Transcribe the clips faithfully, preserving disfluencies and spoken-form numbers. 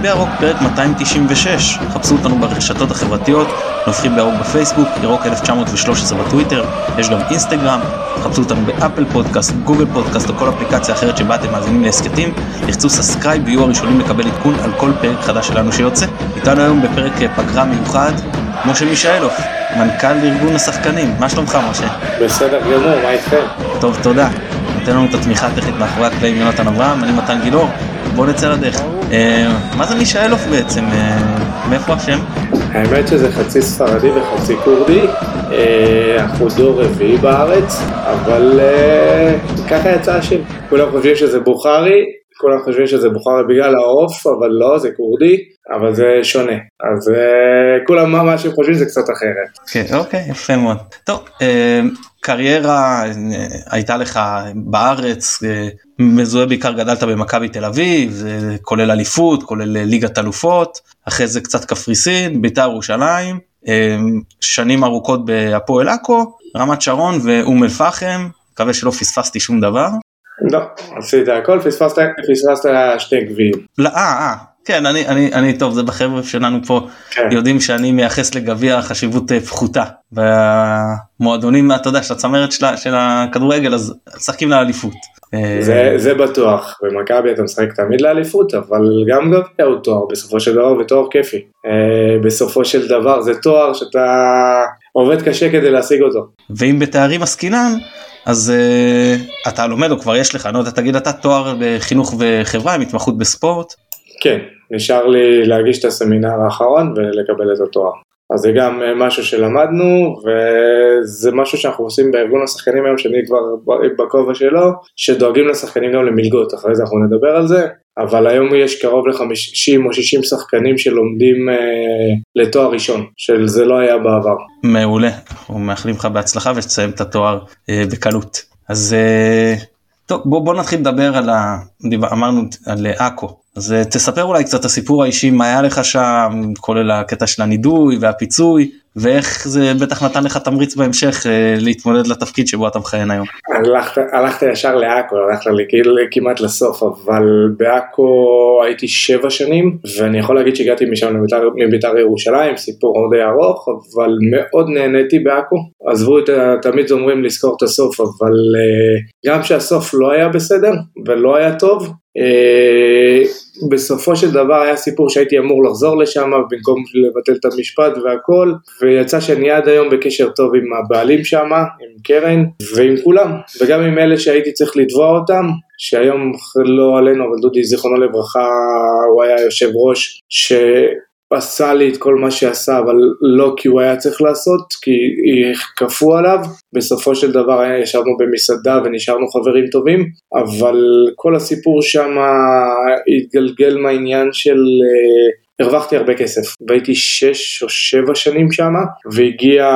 בירוק, פרק מאתיים תשעים ושש. חפשו אותנו ברשתות החברתיות, נופחים בירוק בפייסבוק, ירוק אלף תשע מאות ושלוש עשרה בטוויטר, יש גם אינסטגרם, חפשו אותנו באפל פודקאסט, גוגל פודקאסט או כל אפליקציה אחרת שבה אתם מאזינים להסקטים, לחצו סאסקרייב ויהיו הראשונים לקבל עדכון על כל פרק חדש שלנו שיוצא. איתנו היום בפרק פגרה מיוחד, משה מישאלוף, מנכ"ל ארגון השחקנים. מה שלומך משה? בסדר גמור, מה איתכם? טוב, תודה. נותן לנו את התמיכה הטכנית מאחורי הקלעים יונתן אברהם, אני מתן גילאור. בוא נצא לדרך. מה זה מישאלוף בעצם? מאיפה השם? האמת שזה חצי ספרדי וחצי קורדי, אנחנו דור רביעי בארץ, אבל ככה יצא השם. כולם חושבים שזה בוכרי, כולם חושבים שזה בוכרי בגלל העוף, אבל לא, זה קורדי, אבל זה שונה. אז כולם מה שהם חושבים זה קצת אחרת. כן, אוקיי, יפה מאוד. טוב, קריירה הייתה לך בארץ, מזוהה בעיקר גדלת במכבי תל אביב, זה כולל אליפות, כולל ליגת אלופות, אחרי זה קצת קפריסין, בית"ר ירושלים, שנים ארוכות בהפועל עכו, רמת שרון ואום אל פחם, מקווה שלא פספסתי שום דבר. לא, עשית הכל, פספסת, פספסת שתי גביעים. לא, אה, אה. כן, אני, אני, אני, טוב, זה בחבר'ה שלנו פה, כן. יודעים שאני מייחס לגביע חשיבות פחותה, והמועדונים, אתה יודע, של הצמרת של, של הכדורגל, אז שחקים לאליפות. זה, זה בטוח, במכבי אתה משחק תמיד לאליפות, אבל גם גביע הוא תואר, בסופו של דבר, ותואר כיפי. בסופו של דבר, זה תואר שאתה עובד קשה כדי להשיג אותו. ואם בתארים עסקינן, אז uh, אתה לומד, או כבר יש לך, נו, אתה תגיד, אתה תואר בחינוך וחברה, עם התמחות בספורט? כן, נשאר לי להגיש את הסמינר האחרון ולקבל את התואר. אז זה גם משהו שלמדנו, וזה משהו שאנחנו עושים בארגון השחקנים היום, שאני כבר בכובע שלו, שדואגים לשחקנים גם למלגות, אחרי זה אנחנו נדבר על זה, אבל היום יש קרוב ל-חמישים או שישים שחקנים שלומדים אה, לתואר ראשון, שזה לא היה בעבר. מעולה, אנחנו מאחלים לך בהצלחה ושתסיים את התואר אה, בקלות. אז אה, טוב, בוא, בוא נתחיל לדבר על, ה, אמרנו על עכו. אז תספר אולי קצת הסיפור האישי, מה היה לך שם, כולל הקטע של הנידוי והפיצוי, ואיך זה בטח נתן לך תמריץ בהמשך להתמודד לתפקיד שבו אתה מכהן היום. הלכת, הלכת ישר לעכו, הלכת לי כמעט לסוף, אבל בעכו הייתי שבע שנים, ואני יכול להגיד שהגעתי משם מביתר, מביתר ירושלים, סיפור די ארוך, אבל מאוד נהניתי בעכו. עזבו את, תמיד אומרים לזכור את הסוף, אבל גם שהסוף לא היה בסדר, ולא היה טוב, בסופו של דבר היה סיפור שהייתי אמור לחזור לשם במקום לבטל את המשפט והכל, ויצא שאני עד היום בקשר טוב עם הבעלים שם, עם קרן ועם כולם, וגם עם אלה שהייתי צריך לתבוע אותם, שהיום לא עלינו, אבל דודי זיכרונו לברכה, הוא היה יושב ראש ש... עשה לי את כל מה שעשה, אבל לא כי הוא היה צריך לעשות, כי כפו עליו, בסופו של דבר ישבנו במסעדה ונשארנו חברים טובים, אבל כל הסיפור שם התגלגל מהעניין של, הרווחתי הרבה כסף, והייתי שש או שבע שנים שם, והגיע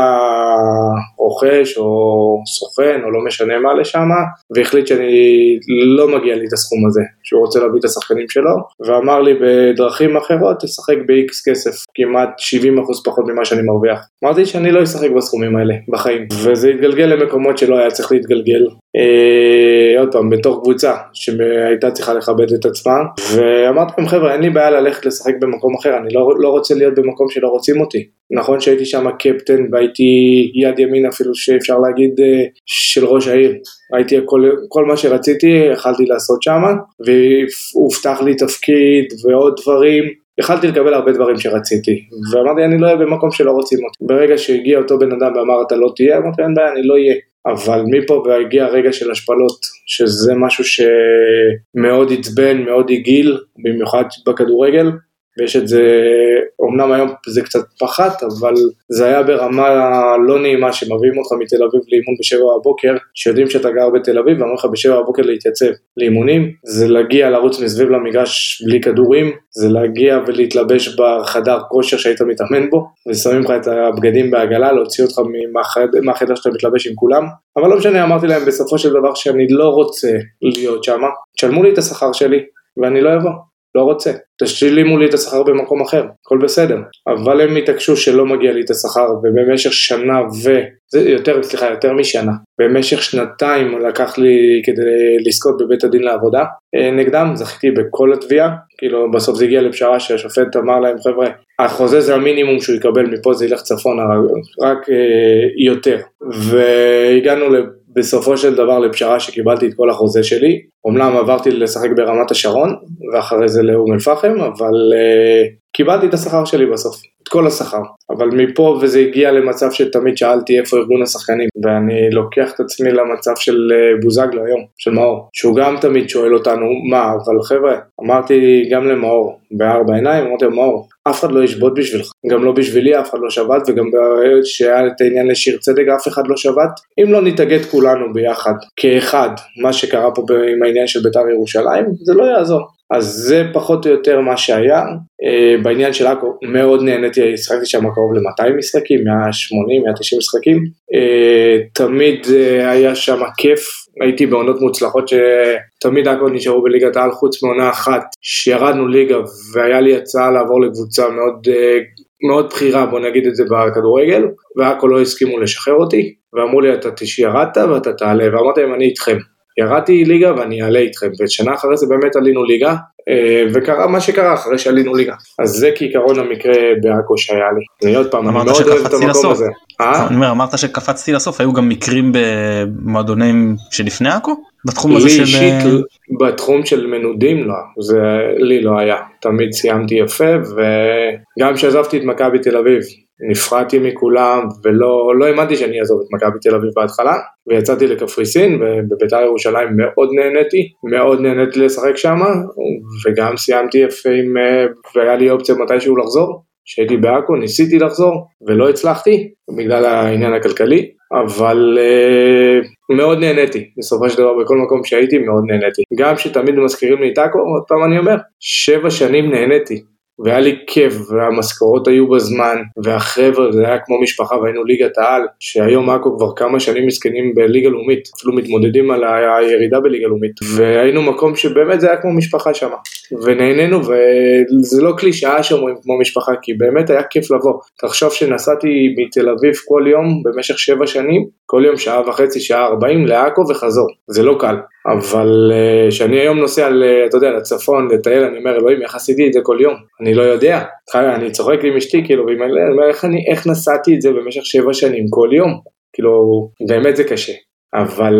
רוכש או סוכן או לא משנה מה לשם, והחליט שאני לא מגיע לי את הסכום הזה, שהוא רוצה להביא את השחקנים שלו, ואמר לי בדרכים אחרות, תשחק ב-X כסף, כמעט שבעים אחוז פחות ממה שאני מרוויח. אמרתי שאני לא אשחק בסכומים האלה, בחיים, וזה התגלגל למקומות שלא היה צריך להתגלגל, אה, עוד פעם, בתור קבוצה, שהייתה צריכה לכבד את עצמה, ואמרתי להם, חבר'ה, אין לי בעיה ללכת לשחק במקום אחר, אני לא, לא רוצה להיות במקום שלא רוצים אותי. נכון שהייתי שם קפטן, והייתי יד ימין אפילו שאפשר להגיד של ראש העיר. הייתי כל, כל מה שרציתי, יכלתי לעשות שם, והובטח לי תפקיד ועוד דברים. יכלתי לקבל הרבה דברים שרציתי, ואמרתי, אני לא אהיה במקום שלא רוצים אותי. ברגע שהגיע אותו בן אדם ואמר, אתה לא תהיה, אמרתי, אין בעיה, אני לא אהיה. אבל מפה והגיע הרגע של השפלות, שזה משהו שמאוד עצבן, מאוד עגיל, במיוחד בכדורגל, ויש את זה, אמנם היום זה קצת פחת, אבל זה היה ברמה לא נעימה שמביאים אותך מתל אביב לאימון בשבע הבוקר, שיודעים שאתה גר בתל אביב, ואומרים לך בשבע הבוקר להתייצב לאימונים, זה להגיע לרוץ מסביב למגרש בלי כדורים, זה להגיע ולהתלבש בחדר כושר שהיית מתאמן בו, ושמים לך את הבגדים בעגלה, להוציא אותך מהחדר שאתה מתלבש עם כולם, אבל לא משנה, אמרתי להם בסופו של דבר שאני לא רוצה להיות שם, תשלמו לי את השכר שלי, ואני לא אבוא. לא רוצה, תשלימו לי את השכר במקום אחר, הכל בסדר, אבל הם התעקשו שלא מגיע לי את השכר, ובמשך שנה ו... זה יותר, סליחה, יותר משנה, במשך שנתיים לקח לי כדי לזכות בבית הדין לעבודה, נגדם זכיתי בכל התביעה, כאילו בסוף זה הגיע לפשרה שהשופט אמר להם, חבר'ה, החוזה זה המינימום שהוא יקבל מפה, זה ילך צפונה, רק אה, יותר, והגענו בסופו של דבר לפשרה שקיבלתי את כל החוזה שלי, אומנם עברתי לשחק ברמת השרון, ואחרי זה לאום אל פחם, אבל אה, קיבלתי את השכר שלי בסוף, את כל השכר, אבל מפה וזה הגיע למצב שתמיד שאלתי איפה ארגון השחקנים, ואני לוקח את עצמי למצב של בוזגלו היום, של מאור, שהוא גם תמיד שואל אותנו מה, אבל חבר'ה, אמרתי גם למאור, בארבע עיניים, אמרתי למאור, אף אחד לא ישבות בשבילך, גם לא בשבילי, אף אחד לא שבת, וגם שהיה את העניין לשיר צדק, אף אחד לא שבת, אם לא נתאגד כולנו ביחד, כאחד, מה שקרה פה עם העניין של בית"ר ירושלים, זה לא יעזור. אז זה פחות או יותר מה שהיה, בעניין של עכו מאוד נהניתי, שחקתי שם קרוב ל-מאתיים משחקים, מאה שמונים, מאה תשעים משחקים, תמיד היה שם כיף, הייתי בעונות מוצלחות שתמיד עכו נשארו בליגת העל חוץ מעונה אחת, שירדנו ליגה והיה לי הצעה לעבור לקבוצה מאוד, מאוד בחירה, בוא נגיד את זה בכדורגל, ועכו לא הסכימו לשחרר אותי, ואמרו לי אתה ירדת ואתה תעלה, ואמרתי להם אני איתכם. ירדתי ליגה ואני אעלה איתכם, ושנה אחרי זה באמת עלינו ליגה, וקרה מה שקרה אחרי שעלינו ליגה. אז זה כעיקרון המקרה בעכו שהיה לי. אני עוד פעם, אני מאוד אוהב את המקום הזה. אני אומר, אמרת שקפצתי לסוף, היו גם מקרים במועדונים שלפני עכו? בתחום הזה של... לי אישית, בתחום של מנודים לא, זה לי לא היה. תמיד סיימתי יפה, וגם שעזבתי את מכבי תל אביב, נפרדתי מכולם, ולא לא האמנתי שאני אעזוב את מכבי תל אביב בהתחלה, ויצאתי לקפריסין, ובבית"ר ירושלים מאוד נהניתי, מאוד נהניתי לשחק שם, וגם סיימתי יפה עם, והיה לי אופציה מתישהו לחזור, שהייתי בעכו, ניסיתי לחזור, ולא הצלחתי, בגלל העניין הכלכלי, אבל uh, מאוד נהניתי, בסופו של דבר בכל מקום שהייתי מאוד נהניתי, גם שתמיד מזכירים לי את עכו, עוד פעם אני אומר, שבע שנים נהניתי, והיה לי כיף, והמשכורות היו בזמן, והחבר'ה, זה היה כמו משפחה, והיינו ליגת העל, שהיום עכו כבר כמה שנים מסכנים בליגה לאומית, אפילו מתמודדים על הירידה בליגה לאומית, והיינו מקום שבאמת זה היה כמו משפחה שם, ונהנינו, וזה לא קלישאה שאומרים כמו משפחה, כי באמת היה כיף לבוא, תחשוב שנסעתי מתל אביב כל יום, במשך שבע שנים, כל יום שעה וחצי, שעה ארבעים, לעכו וחזור, זה לא קל, אבל שאני היום נוסע, אתה יודע, לצפון, לטייל, אני אומר, אלוהים, איך עשיתי את זה כל יום? אני לא יודע, אני צוחק עם אשתי, כאילו, ואני אומר, איך, אני, איך נסעתי את זה במשך שבע שנים, כל יום? כאילו, באמת זה קשה, אבל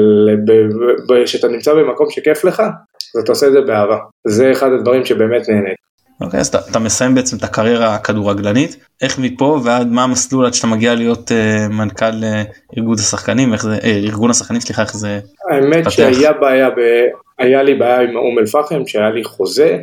כשאתה נמצא במקום שכיף לך, אז אתה עושה את זה באהבה, זה אחד הדברים שבאמת נהנית. אוקיי, אז אתה, אתה מסיים בעצם את הקריירה הכדורגלנית, איך מפה ועד מה המסלול עד שאתה מגיע להיות אה, מנכ"ל אה, ארגון השחקנים, איך זה, אה, ארגון השחקנים, סליחה, איך זה... האמת פתח. שהיה בעיה, ב, היה לי בעיה עם אום אל פחם, שהיה לי חוזה,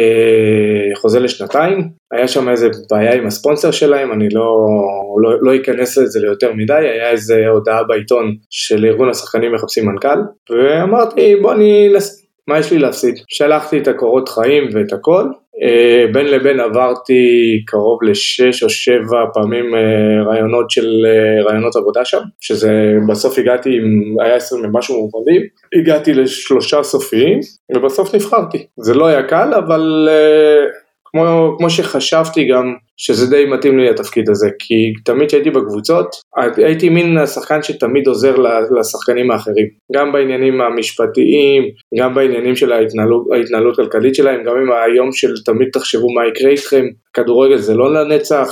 אה, חוזה לשנתיים, היה שם איזה בעיה עם הספונסר שלהם, אני לא, לא, לא אכנס לזה ליותר מדי, היה איזה הודעה בעיתון של ארגון השחקנים מחפשים מנכ"ל, ואמרתי בוא אני נס... מה יש לי להפסיד? שלחתי את הקורות חיים ואת הכל, בין לבין עברתי קרוב לשש או שבע פעמים רעיונות של רעיונות עבודה שם, שזה בסוף הגעתי עם, היה עשרים ומשהו מועמדים, הגעתי לשלושה סופיים, ובסוף נבחרתי. זה לא היה קל, אבל כמו, כמו שחשבתי גם שזה די מתאים לי לתפקיד הזה, כי תמיד שהייתי בקבוצות, הייתי מין השחקן שתמיד עוזר לשחקנים האחרים, גם בעניינים המשפטיים, גם בעניינים של ההתנהלות, ההתנהלות הכלכלית שלהם, גם עם היום של תמיד תחשבו מה יקרה איתכם, כדורגל זה לא לנצח,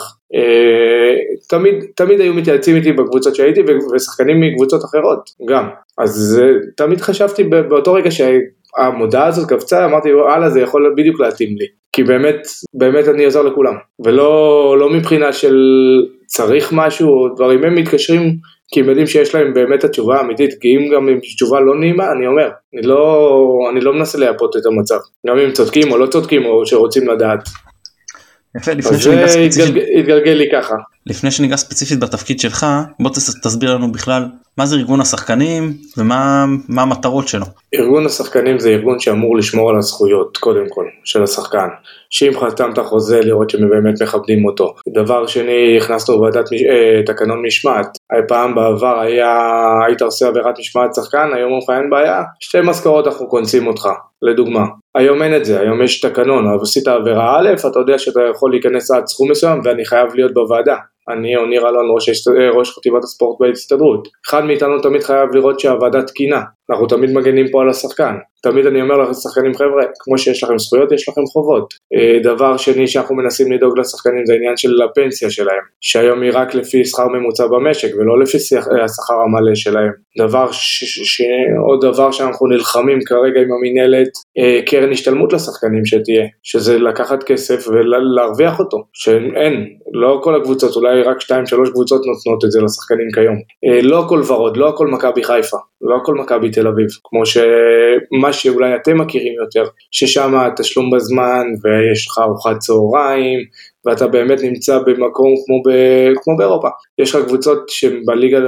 תמיד, תמיד היו מתייעצים איתי בקבוצות שהייתי, ושחקנים מקבוצות אחרות גם, אז תמיד חשבתי באותו רגע שהמודעה הזאת קפצה, אמרתי, הלאה, זה יכול בדיוק להתאים לי. כי באמת, באמת אני עוזר לכולם, ולא לא מבחינה של צריך משהו, דברים הם מתקשרים, כי הם יודעים שיש להם באמת התשובה האמיתית, כי אם גם אם תשובה לא נעימה, אני אומר, אני לא, אני לא מנסה להפות את המצב, גם אם צודקים או לא צודקים, או שרוצים לדעת. יפה, לפני אז זה התגלגל, התגלגל לי ככה. לפני שניגע ספציפית בתפקיד שלך, בוא תסביר לנו בכלל מה זה ארגון השחקנים ומה מה המטרות שלו. ארגון השחקנים זה ארגון שאמור לשמור על הזכויות, קודם כל, של השחקן. שאם חתם את החוזה לראות שהם באמת מכבדים אותו. דבר שני, הכנסנו ועדת תקנון משמעת. פעם בעבר היה, היית עושה עבירת משמעת שחקן, היום הוא אין בעיה, שתי משכורות אנחנו קונסים אותך, לדוגמה. היום אין את זה, היום יש תקנון, אבל עשית עבירה א', אתה יודע שאתה יכול להיכנס עד סכום מסוים, ואני חייב להיות בוועדה. אני או ניר אלון, ראש, ראש חטיבת הספורט בהסתדרות. אחד מאיתנו תמיד חייב לראות שהוועדה תקינה. אנחנו תמיד מגנים פה על השחקן. תמיד אני אומר לשחקנים, חבר'ה, כמו שיש לכם זכויות, יש לכם חובות. דבר שני שאנחנו מנסים לדאוג לשחקנים זה העניין של הפנסיה שלהם, שהיום היא רק לפי שכר ממוצע במשק, ולא לפי השכר המלא שלהם. דבר ש... ש... עוד דבר שאנחנו נלחמים כרגע עם המנהלת, קרן השתלמות לשחקנים שתהיה, שזה לקחת כסף ולהרוויח אותו, שאין, לא כל הקבוצות, אולי רק שתיים, שלוש קבוצות נותנות את זה לשחקנים כיום. לא הכל ורוד, לא הכל מכבי חיפה, לא הכל מכבי תל אביב, כמו שמה שאולי אתם מכירים יותר, ששם התשלום בזמן, ויש לך ארוחת צהריים, ואתה באמת נמצא במקום כמו, ב, כמו באירופה. יש לך קבוצות שבליגת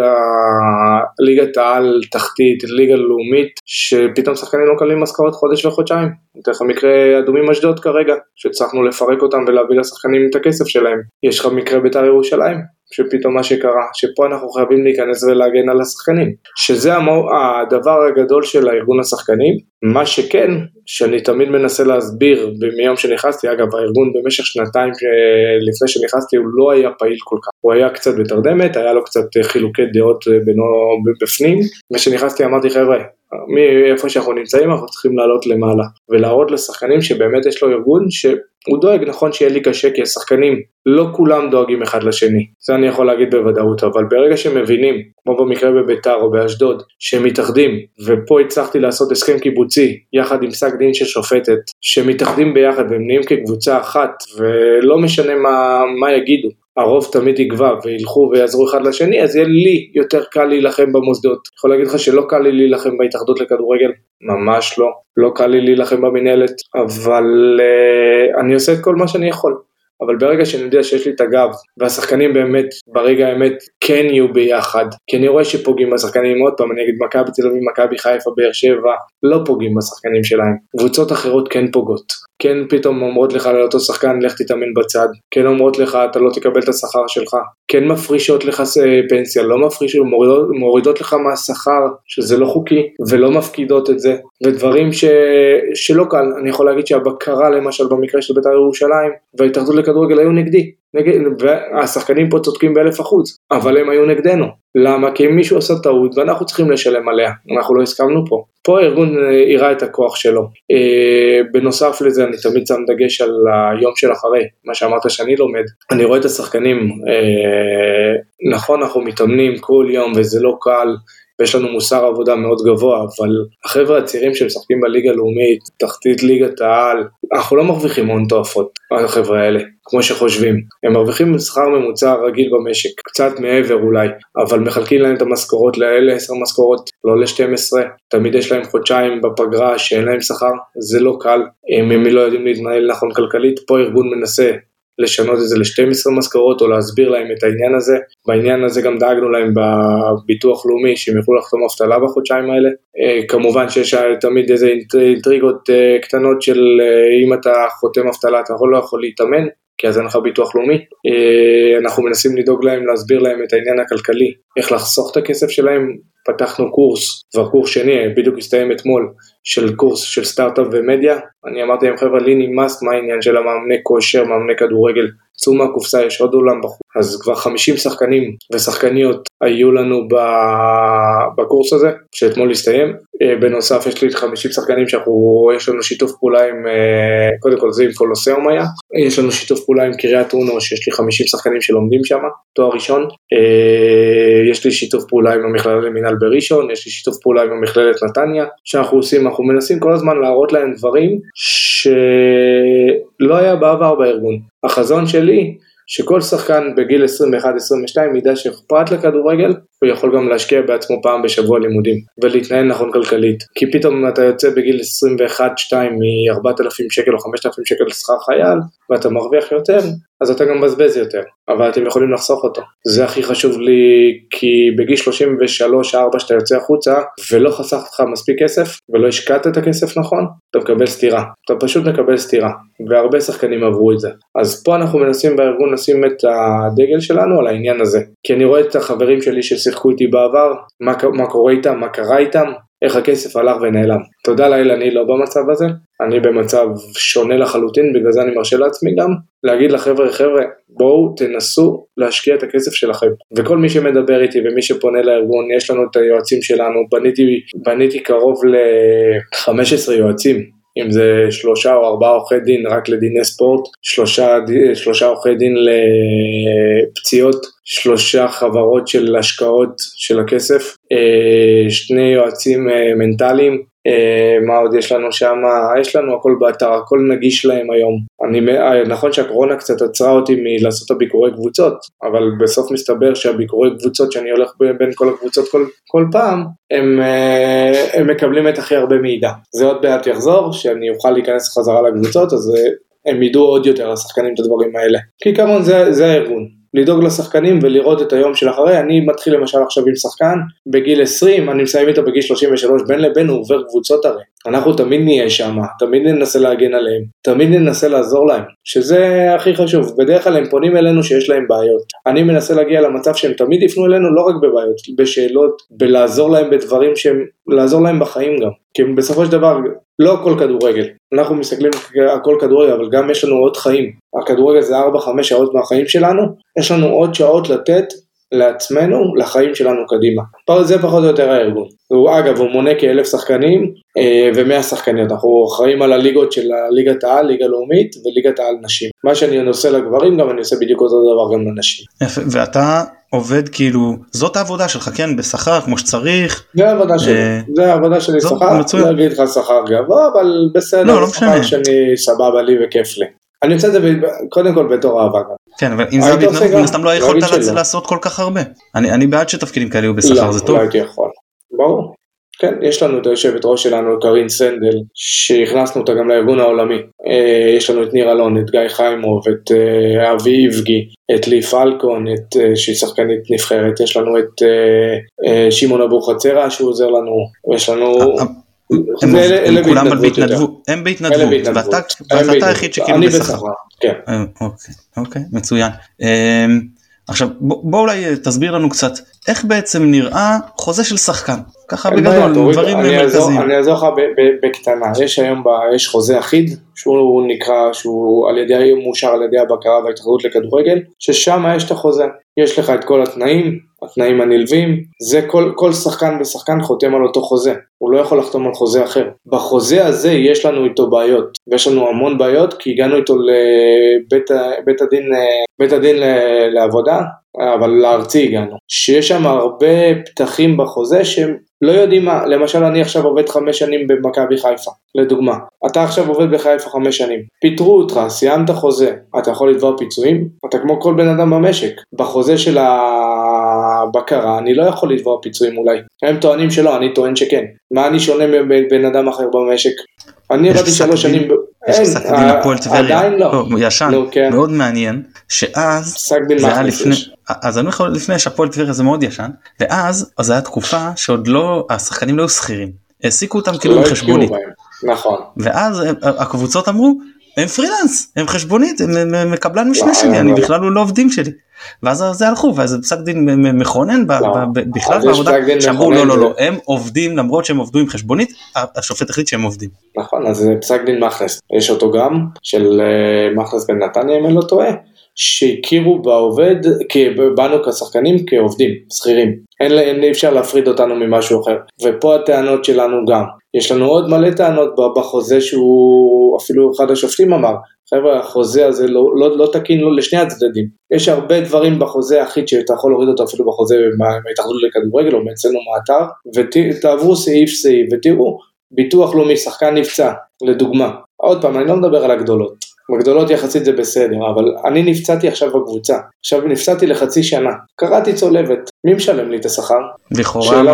העל תחתית, ליגה לאומית, שפתאום שחקנים לא קלים משכורת חודש וחודשיים. נתן לך מקרה אדומים אשדוד כרגע, שצריכנו לפרק אותם ולהביא לשחקנים את הכסף שלהם. יש לך מקרה בית"ר ירושלים, שפתאום מה שקרה, שפה אנחנו חייבים להיכנס ולהגן על השחקנים, שזה הדבר הגדול של הארגון השחקנים. מה שכן, שאני תמיד מנסה להסביר מיום שנכנסתי, אגב הארגון במשך שנתיים לפני שנכנסתי הוא לא היה פעיל כל כך, הוא היה קצת בתרדמת, היה לו קצת חילוקי דעות בינו בפנים, ושנכנסתי אמרתי חבר'ה, מאיפה שאנחנו נמצאים אנחנו צריכים לעלות למעלה, ולהראות לשחקנים שבאמת יש לו ארגון שהוא דואג, נכון שיהיה לי קשה כי השחקנים לא כולם דואגים אחד לשני, זה אני יכול להגיד בוודאות, אבל ברגע שמבינים, כמו במקרה בביתר או באשדוד, שהם מתאחדים, ופה הצלחתי לעשות הסכם קיבוצי, יחד עם פסק דין של שופטת, שמתאחדים ביחד והם נהיים כקבוצה אחת, ולא משנה מה, מה יגידו, הרוב תמיד יגבר וילכו ויעזרו אחד לשני, אז יהיה לי יותר קל להילחם במוסדות. יכול להגיד לך שלא קל לי להילחם בהתאחדות לכדורגל, ממש לא, לא קל לי להילחם במנהלת, אבל uh, אני עושה את כל מה שאני יכול. אבל ברגע שאני יודע שיש לי את הגב, והשחקנים באמת, ברגע האמת, כן יהיו ביחד, כי אני רואה שפוגעים בשחקנים עוד פעם, אני אגיד מכבי תל אביב, מכבי חיפה, באר שבע, לא פוגעים בשחקנים שלהם. קבוצות אחרות כן פוגעות. כן פתאום אומרות לך לאותו שחקן, לך תתאמן בצד. כן אומרות לך, אתה לא תקבל את השכר שלך. כן מפרישות לך פנסיה, לא מפרישות, מורידות, מורידות לך מהשכר, שזה לא חוקי, ולא מפקידות את זה. ודברים ש... שלא קל. אני יכול להגיד שהבקרה, למשל, במקרה של בית"ר ירושלים, וההתאחדות לכדורגל היו נגדי. נגד... והשחקנים פה צודקים באלף אחוז, אבל הם היו נגדנו. למה? כי אם מישהו עשה טעות, ואנחנו צריכים לשלם עליה. אנחנו לא הסכמנו פה. פה הארגון יראה את הכוח שלו. בנוסף לזה, אני תמיד שם דגש על היום של אחרי, מה שאמרת שאני לומד. אני רואה את השחקנים, נכון, אנחנו מתאמנים כל יום, וזה לא קל, ויש לנו מוסר עבודה מאוד גבוה, אבל החבר'ה הצעירים שמשחקים בליגה הלאומית, תחתית ליגת העל, אנחנו לא מרוויחים הון תועפות, החבר'ה האלה, כמו שחושבים. הם מרוויחים שכר ממוצע רגיל במשק, קצת מעבר אולי, אבל מחלקים להם את המשכורות לאלה, עשר משכורות, לא ל-שתים עשרה, תמיד יש להם חודשיים בפגרה שאין להם שכר, זה לא קל, הם, הם לא יודעים להתנהל נכון כלכלית, פה ארגון מנסה לשנות את זה ל-שתים עשרה משכורות, או להסביר להם את העניין הזה. בעניין הזה גם דאגנו להם בביטוח לאומי, שהם יוכלו לחתום אבטלה בחודשיים האלה. כמובן שיש תמיד איזה אינטריגות קטנות של אם אתה חותם אבטלה, אתה לא יכול להתאמן, כי אז אין לך ביטוח לאומי. אנחנו מנסים לדאוג להם, להסביר להם את העניין הכלכלי, איך לחסוך את הכסף שלהם. פתחנו קורס, כבר קורס שני, בדיוק הסתיים אתמול, של קורס של סטארט-אפ ומדיה. אני אמרתי להם חבר'ה, לי נמאס מה העניין של המאמני כושר, מאמני כדורגל, צאו מהקופסה, יש עוד עולם בחוץ. אז כבר חמישים שחקנים ושחקניות היו לנו בקורס הזה, שאתמול הסתיים. בנוסף יש לי חמישים שחקנים שאנחנו, יש לנו שיתוף פעולה עם, קודם כל זה עם קולוסיאום היה, יש לנו שיתוף פעולה עם קריית אונו, שיש לי חמישים שחקנים שלומדים שם, תואר ראשון. יש לי שיתוף פעולה עם המכללה למינהל בראשון, יש לי שיתוף פעולה עם המכללת נתניה, שאנחנו עושים, אנחנו מנסים כל הזמן להראות להם דברים שלא היה בעבר בארגון. החזון שלי, שכל שחקן בגיל עשרים ואחת עשרים ושתיים ידע שפרט לכדורגל, הוא יכול גם להשקיע בעצמו פעם בשבוע לימודים, ולהתנהל נכון כלכלית, כי פתאום אתה יוצא בגיל עשרים ואחת שתיים מ-ארבעת אלפים שקל או חמשת אלפים שקל לשכר חייל, ואתה מרוויח יותר, אז אתה גם מבזבז יותר, אבל אתם יכולים לחסוך אותו. זה הכי חשוב לי, כי בגיל שלושים ושלוש ארבע שאתה יוצא החוצה, ולא חסכת לך מספיק כסף, ולא השקעת את הכסף נכון, אתה מקבל סתירה. אתה פשוט מקבל סתירה, והרבה שחקנים עברו את זה. אז פה אנחנו מנסים בארגון לשים את הדגל שלנו על העניין הזה, כי אני רואה את החברים שלי ששיחקו איתי בעבר, מה, מה קורה איתם, מה קרה איתם, איך הכסף הלך ונעלם. תודה לאל, אני לא במצב הזה, אני במצב שונה לחלוטין, בגלל זה אני מרשה לעצמי גם, להגיד לחבר'ה, חבר'ה, בואו תנסו להשקיע את הכסף שלכם. וכל מי שמדבר איתי ומי שפונה לארגון, יש לנו את היועצים שלנו, בניתי, בניתי קרוב ל-חמישה עשר יועצים, אם זה שלושה או ארבעה עורכי דין רק לדיני ספורט, שלושה, שלושה עורכי דין לפציעות, שלושה חברות של השקעות של הכסף, שני יועצים מנטליים, מה עוד יש לנו שם? יש לנו הכל באתר, הכל נגיש להם היום. אני, נכון שהקורונה קצת עצרה אותי מלעשות הביקורי קבוצות, אבל בסוף מסתבר שהביקורי קבוצות שאני הולך בין כל הקבוצות כל, כל פעם, הם, הם מקבלים את הכי הרבה מידע. זה עוד בעד יחזור, שאני אוכל להיכנס חזרה לקבוצות, אז הם ידעו עוד יותר לשחקנים את הדברים האלה. כי כמובן זה, זה הארגון. לדאוג לשחקנים ולראות את היום של אחרי. אני מתחיל למשל עכשיו עם שחקן, בגיל עשרים, אני מסיים איתו בגיל שלושים ושלוש, בין לבין הוא עובר קבוצות הרי. אנחנו תמיד נהיה שם, תמיד ננסה להגן עליהם, תמיד ננסה לעזור להם, שזה הכי חשוב. בדרך כלל הם פונים אלינו שיש להם בעיות. אני מנסה להגיע למצב שהם תמיד יפנו אלינו, לא רק בבעיות, בשאלות, בלעזור להם בדברים שהם, לעזור להם בחיים גם. כי בסופו של דבר, לא כל כדורגל. אנחנו מסתכלים על כל כדורגל, אבל גם יש לנו עוד חיים. הכדורגל זה ארבע חמש שעות מהחיים שלנו, יש לנו עוד שעות לתת לעצמנו, לחיים שלנו קדימה. זה פחות או יותר הארגון. הוא, אגב, הוא מונה כאלף שחקנים ומאה שחקניות. אנחנו אחראים על הליגות של ליגת העל, ליגה לאומית וליגת העל נשים. מה שאני עושה לגברים, גם אני עושה בדיוק אותו דבר גם לנשים. ואתה עובד כאילו, זאת העבודה שלך, כן, בשכר כמו שצריך. זה העבודה שלי, זה העבודה שלי, שכר, לא אגיד לך שכר גבוה, אבל בסדר, שכר שאני סבבה לי וכיף לי. אני עושה את זה קודם כל בתור אהבה גם. כן, אבל אם זה בהתנדבות, מן הסתם לא יכולת לעשות כל כך הרבה. אני בעד שתפקידים כאלה יהיו בשכר, זה טוב. לא, לא הייתי יכול. ברור. כן, יש לנו את היושבת ראש שלנו, קרין סנדל, שהכנסנו אותה גם לארגון העולמי. יש לנו את ניר אלון, את גיא חיימוב, את אבי איבגי, את לי פלקון, את שהיא שחקנית נבחרת. יש לנו את שמעון אבו חצרה, שהוא עוזר לנו. יש לנו... הם כולם בהתנדבות, הם בהתנדבות, ואתה היחיד שכאילו בשכר. כן. אוקיי, מצוין. עכשיו בוא אולי תסביר לנו קצת, איך בעצם נראה חוזה של שחקן, ככה בגדול, דברים מרכזיים. אני אעזור לך בקטנה, יש היום, יש חוזה אחיד, שהוא נקרא, שהוא על ידי, מאושר על ידי הבקרה וההתאחדות לכדורגל, ששם יש את החוזה, יש לך את כל התנאים, התנאים הנלווים, זה כל, כל שחקן ושחקן חותם על אותו חוזה, הוא לא יכול לחתום על חוזה אחר. בחוזה הזה יש לנו איתו בעיות, ויש לנו המון בעיות, כי הגענו איתו לבית בית הדין, בית הדין לעבודה, אבל לארצי הגענו, שיש שם הרבה פתחים בחוזה שהם לא יודעים מה. למשל אני עכשיו עובד חמש שנים במכבי חיפה, לדוגמה, אתה עכשיו עובד בחיפה חמש שנים, פיטרו אותך, סיימת חוזה, אתה יכול לתבוע פיצויים? אתה כמו כל בן אדם במשק, בחוזה של הבקרה אני לא יכול לתבוע פיצויים אולי, הם טוענים שלא, אני טוען שכן. מה אני שונה מבן אדם אחר במשק? אני עבדתי שלוש שנים, יש פסק דין הפועל טבריה, עדיין לא, ישן, מאוד מעניין, שאז זה היה לפני, אז אני יכול לפני שהפועל טבריה זה מאוד ישן, ואז אז היה תקופה שעוד לא, השחקנים לא היו שכירים, העסיקו אותם כאילו עם חשבונית, נכון, ואז הקבוצות אמרו, הם פרילנס, הם חשבונית, הם מקבלן משנה שלי, אני בכלל לא עובדים שלי, ואז זה הלכו, ואז פסק דין מכונן בכלל בעבודה, שאמרו לא לא לא, הם עובדים למרות שהם עובדו עם חשבונית, השופט החליט שהם עובדים. נכון, אז זה פסק דין מחלס, יש אותו גם, של מחלס בן נתניה אם אני לא טועה, שהכירו בעובד, באנו כשחקנים כעובדים, שכירים, אין אפשר להפריד אותנו ממשהו אחר, ופה הטענות שלנו גם, יש לנו עוד מלא טענות בחוזה שהוא, אפילו אחד השופטים אמר, חבר'ה, החוזה הזה לא, לא, לא תקין לו לשני הצדדים, יש הרבה דברים בחוזה אחיד שאתה יכול להוריד אותו אפילו בחוזה מההתאחדות לכדורגל או מאצלנו מאתר, ותעברו סעיף סעיף ותראו, ביטוח לאומי, שחקן נפצע, לדוגמה, עוד פעם, אני לא מדבר על הגדולות, בגדולות יחסית זה בסדר, אבל אני נפצעתי עכשיו בקבוצה, עכשיו נפצעתי לחצי שנה, קראתי צולבת, מי משלם לי את השכר? לכאורה,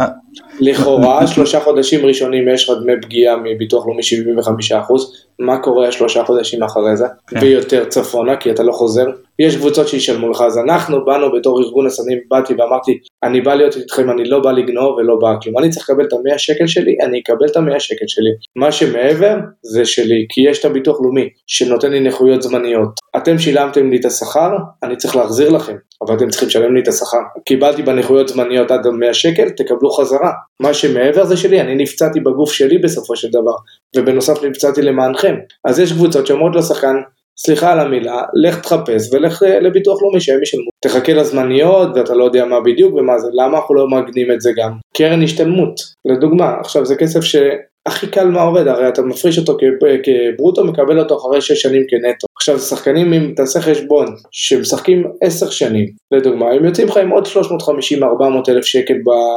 לכאורה, שלושה חודשים ראשונים יש לך דמי פגיעה מביטוח לאומי שבעים וחמישה אחוז, מה קורה שלושה חודשים אחרי זה? ויותר צפונה, כי אתה לא חוזר, יש קבוצות שישלמו לך, אז אנחנו באנו בתור ארגון הסדנים, באתי ואמרתי, אני בא להיות איתכם, אני לא בא לגנוב ולא בא כלום, אני צריך לקבל את המאה שקל שלי, אני אקבל את המאה שקל שלי, מה שמעבר זה שלי, כי יש את הביטוח לאומי, שנותן לי נכויות זמניות, אתם שילמתם לי את השכר, אני צריך להחזיר לכם, אבל אתם צריכים לשלם לי את השכר, קיבלתי בנכויות זמניות עד מאה שקל, תקבלו חזרה, מה שמעבר זה שלי, אני נפצעתי בגוף שלי בסופו של דבר, ובנוסף נפצעתי למענכם, אז יש קבוצות שאומרות לשחקן, סליחה על המילה, לך תחפש ולך לביטוח לאומי שהם ישלמו. תחכה לזמניות ואתה לא יודע מה בדיוק ומה זה, למה אנחנו לא מגנים את זה גם? קרן השתלמות, לדוגמה, עכשיו זה כסף שהכי קל מה עובד, הרי אתה מפריש אותו כברוטו, מקבל אותו אחרי שש שנים כנטו. עכשיו שחקנים אם תעשה חשבון שמשחקים עשר שנים, לדוגמה, הם יוצאים לך עם עוד שלוש מאות חמישים עד ארבע מאות אלף שקל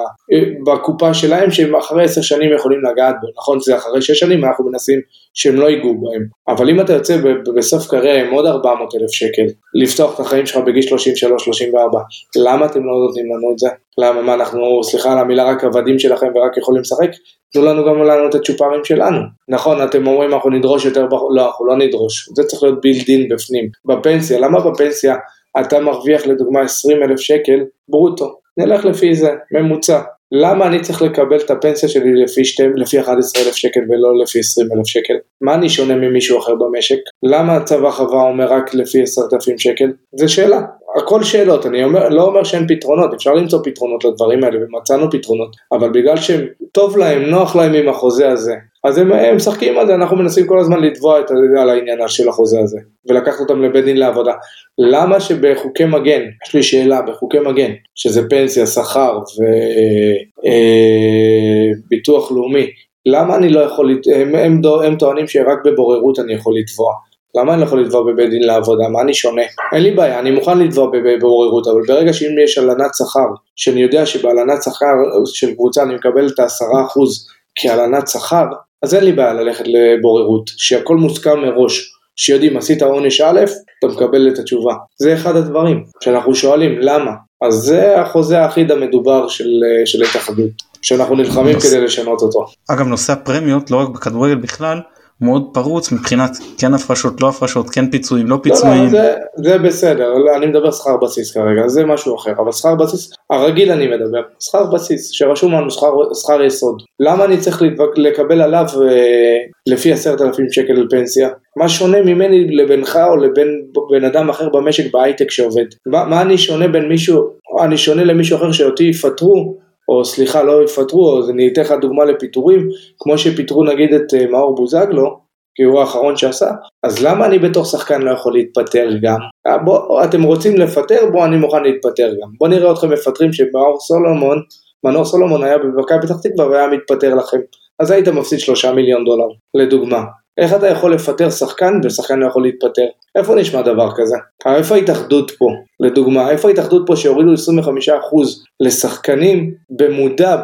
בקופה שלהם, שהם אחרי עשר שנים יכולים לגעת בו, נכון? זה אחרי שש שנים אנחנו מנסים שהם לא ייגעו בהם, אבל אם אתה יוצא בסוף קריירה עם עוד ארבע מאות אלף שקל, לפתוח את החיים שלך בגיל שלושים ושלוש שלושים וארבע, למה אתם לא נותנים לנו את זה? למה מה אנחנו, סליחה על המילה, רק עבדים שלכם ורק יכולים לשחק? תנו לנו גם לנו את הצ'ופרים שלנו. נכון, אתם אומרים אנחנו נדרוש יותר, לא, אנחנו לא נדרוש, זה צריך להיות בילדין בפנים. בפנסיה, למה בפנסיה אתה מרוויח לדוגמה עשרים אלף שקל ברוטו? נלך לפי זה, ממוצע. למה אני צריך לקבל את הפנסיה שלי לפי, שתי, לפי אחד עשר אלף שקל ולא לפי עשרים אלף שקל? מה אני שונה ממישהו אחר במשק? למה הצבא חווה אומר רק לפי עשרת אלפים שקל? זה שאלה. הכל שאלות, אני אומר, לא אומר שאין פתרונות, אפשר למצוא פתרונות לדברים האלה, ומצאנו פתרונות, אבל בגלל שהם טוב להם, נוח להם עם החוזה הזה, אז הם, הם משחקים על זה, אנחנו מנסים כל הזמן לתבוע את, על העניין של החוזה הזה, ולקחת אותם לבית דין לעבודה. למה שבחוקי מגן, יש לי שאלה, בחוקי מגן, שזה פנסיה, שכר וביטוח לאומי, למה אני לא יכול, הם, הם, הם טוענים שרק בבוררות אני יכול לתבוע, למה אני לא יכול לתבוע בבית דין לעבודה? מה אני שונה? אין לי בעיה, אני מוכן לתבוע בבוררות, אבל ברגע שאם יש הלנת שכר, שאני יודע שבהלנת שכר של קבוצה אני מקבל את ה-עשרה אחוז כהלנת שכר, אז אין לי בעיה ללכת לבוררות, שהכל מוסכם מראש, שיודעים, עשית עונש א', אתה מקבל את התשובה. זה אחד הדברים שאנחנו שואלים, למה? אז זה החוזה האחיד המדובר של, של התאחדות, שאנחנו נלחמים נוס... כדי לשנות אותו. אגב, נושא הפרמיות, לא רק בכדורגל בכלל, מאוד פרוץ מבחינת כן הפרשות, לא הפרשות, כן פיצויים, לא פיצויים. לא, לא, זה, זה בסדר, אני מדבר שכר בסיס כרגע, זה משהו אחר, אבל שכר בסיס, הרגיל אני מדבר, שכר בסיס, שרשום לנו שכר, שכר יסוד. למה אני צריך לקבל עליו אה, לפי עשרת אלפים שקל לפנסיה? מה שונה ממני לבינך או לבין בן אדם אחר במשק בהייטק שעובד? מה, מה אני שונה בין מישהו, אני שונה למישהו אחר שאותי יפטרו, או סליחה לא יפטרו, אז אני אתן לך דוגמה לפיטורים, כמו שפיטרו נגיד את מאור בוזגלו, כי הוא האחרון שעשה, אז למה אני בתוך שחקן לא יכול להתפטר גם? בוא, אתם רוצים לפטר, בוא אני מוכן להתפטר גם. בוא נראה אתכם מפטרים שמאור סולומון, מנור סולומון היה במכבי פתח תקווה והיה מתפטר לכם, אז היית מפסיד שלושה מיליון דולר, לדוגמה. איך אתה יכול לפטר שחקן ושחקן לא יכול להתפטר? איפה נשמע דבר כזה? איפה ההתאחדות פה? לדוגמה, איפה ההתאחדות פה שהורידו עשרים וחמישה אחוז לשחקנים במודע,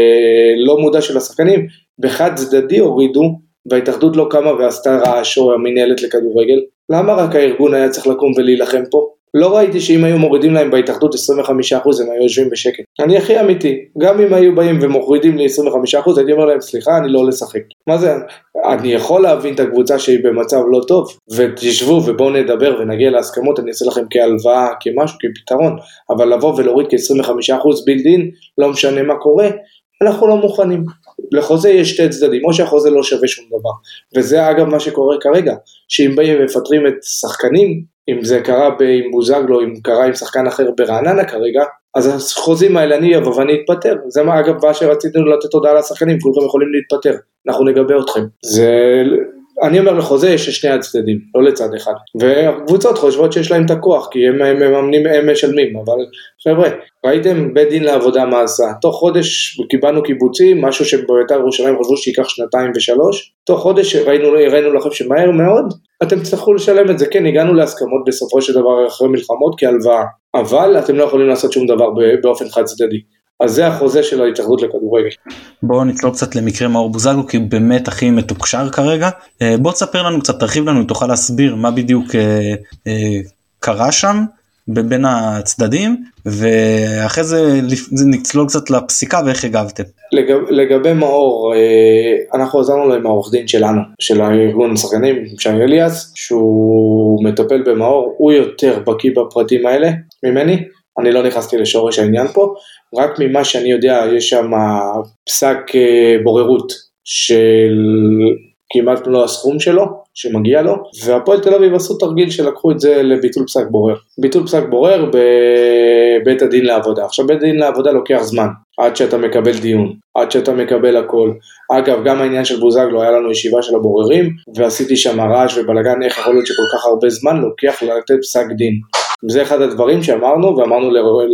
בלא מודע של השחקנים, בחד צדדי הורידו, וההתאחדות לא קמה ועשתה רעש או המנהלת לכדורגל? למה רק הארגון היה צריך לקום ולהילחם פה? לא ראיתי שאם היו מורידים להם בהתאחדות עשרים וחמישה אחוז הם היו יושבים בשקט. אני הכי אמיתי, גם אם היו באים ומורידים לי עשרים וחמישה אחוז, הייתי אומר להם סליחה, אני לא הולך לשחק. מה זה? אני יכול להבין את הקבוצה שהיא במצב לא טוב, ותשבו ובואו נדבר ונגיע להסכמות, אני אעשה לכם כהלוואה, כמשהו, כפתרון, אבל לבוא ולהוריד כ-עשרים וחמישה אחוז בילדין, לא משנה מה קורה, אנחנו לא מוכנים. לחוזה יש שתי צדדים, או שהחוזה לא שווה שום דבר, וזה אגב מה שקורה כרגע, שאם באים ומפטרים את שחקנים, אם זה קרה עם בוזגלו, אם קרה עם שחקן אחר ברעננה כרגע, אז החוזים האלה אני אבוא ואני אתפטר, זה מה אגב מה שרצינו לתת הודעה לשחקנים, כולכם יכולים להתפטר, אנחנו נגבה אתכם, זה... אני אומר לחוזה יש שני הצדדים, לא לצד אחד, והקבוצות חושבות שיש להם את הכוח, כי הם מממנים, הם משלמים, אבל חבר'ה, ראיתם בית דין לעבודה מה עשה, תוך חודש קיבלנו קיבוצים, משהו שבית"ר ירושלים חושבו שיקח שנתיים ושלוש, תוך חודש ראינו, ראינו לכם שמהר מאוד, אתם תצטרכו לשלם את זה, כן, הגענו להסכמות בסופו של דבר אחרי מלחמות כהלוואה, אבל אתם לא יכולים לעשות שום דבר באופן חד צדדי, אז זה החוזה של ההתאחדות לכדורגל. בואו נצלול קצת למקרה מאור בוזגלו, כי הוא באמת הכי מתוקשר כרגע. בוא תספר לנו קצת, תרחיב לנו, תוכל להסביר מה בדיוק קרה שם, בין הצדדים, ואחרי זה נצלול קצת לפסיקה ואיך הגבתם. לגב, לגבי מאור, אנחנו עזרנו לו עם העורך דין שלנו, של הארגון השחקנים, שי אליאס, שהוא מטפל במאור, הוא יותר בקיא בפרטים האלה ממני, אני לא נכנסתי לשורש העניין פה, רק ממה שאני יודע, יש שם פסק בוררות של כמעט לא הסכום שלו, שמגיע לו, והפועל תל אביב עשו תרגיל שלקחו את זה לביטול פסק בורר. ביטול פסק בורר בבית הדין לעבודה. עכשיו בית הדין לעבודה לוקח זמן, עד שאתה מקבל דיון, עד שאתה מקבל הכל. אגב, גם העניין של בוזגלו, היה לנו ישיבה של הבוררים, ועשיתי שם רעש ובלגן, איך יכול להיות שכל כך הרבה זמן לוקח לתת פסק דין. זה אחד הדברים שאמרנו, ואמרנו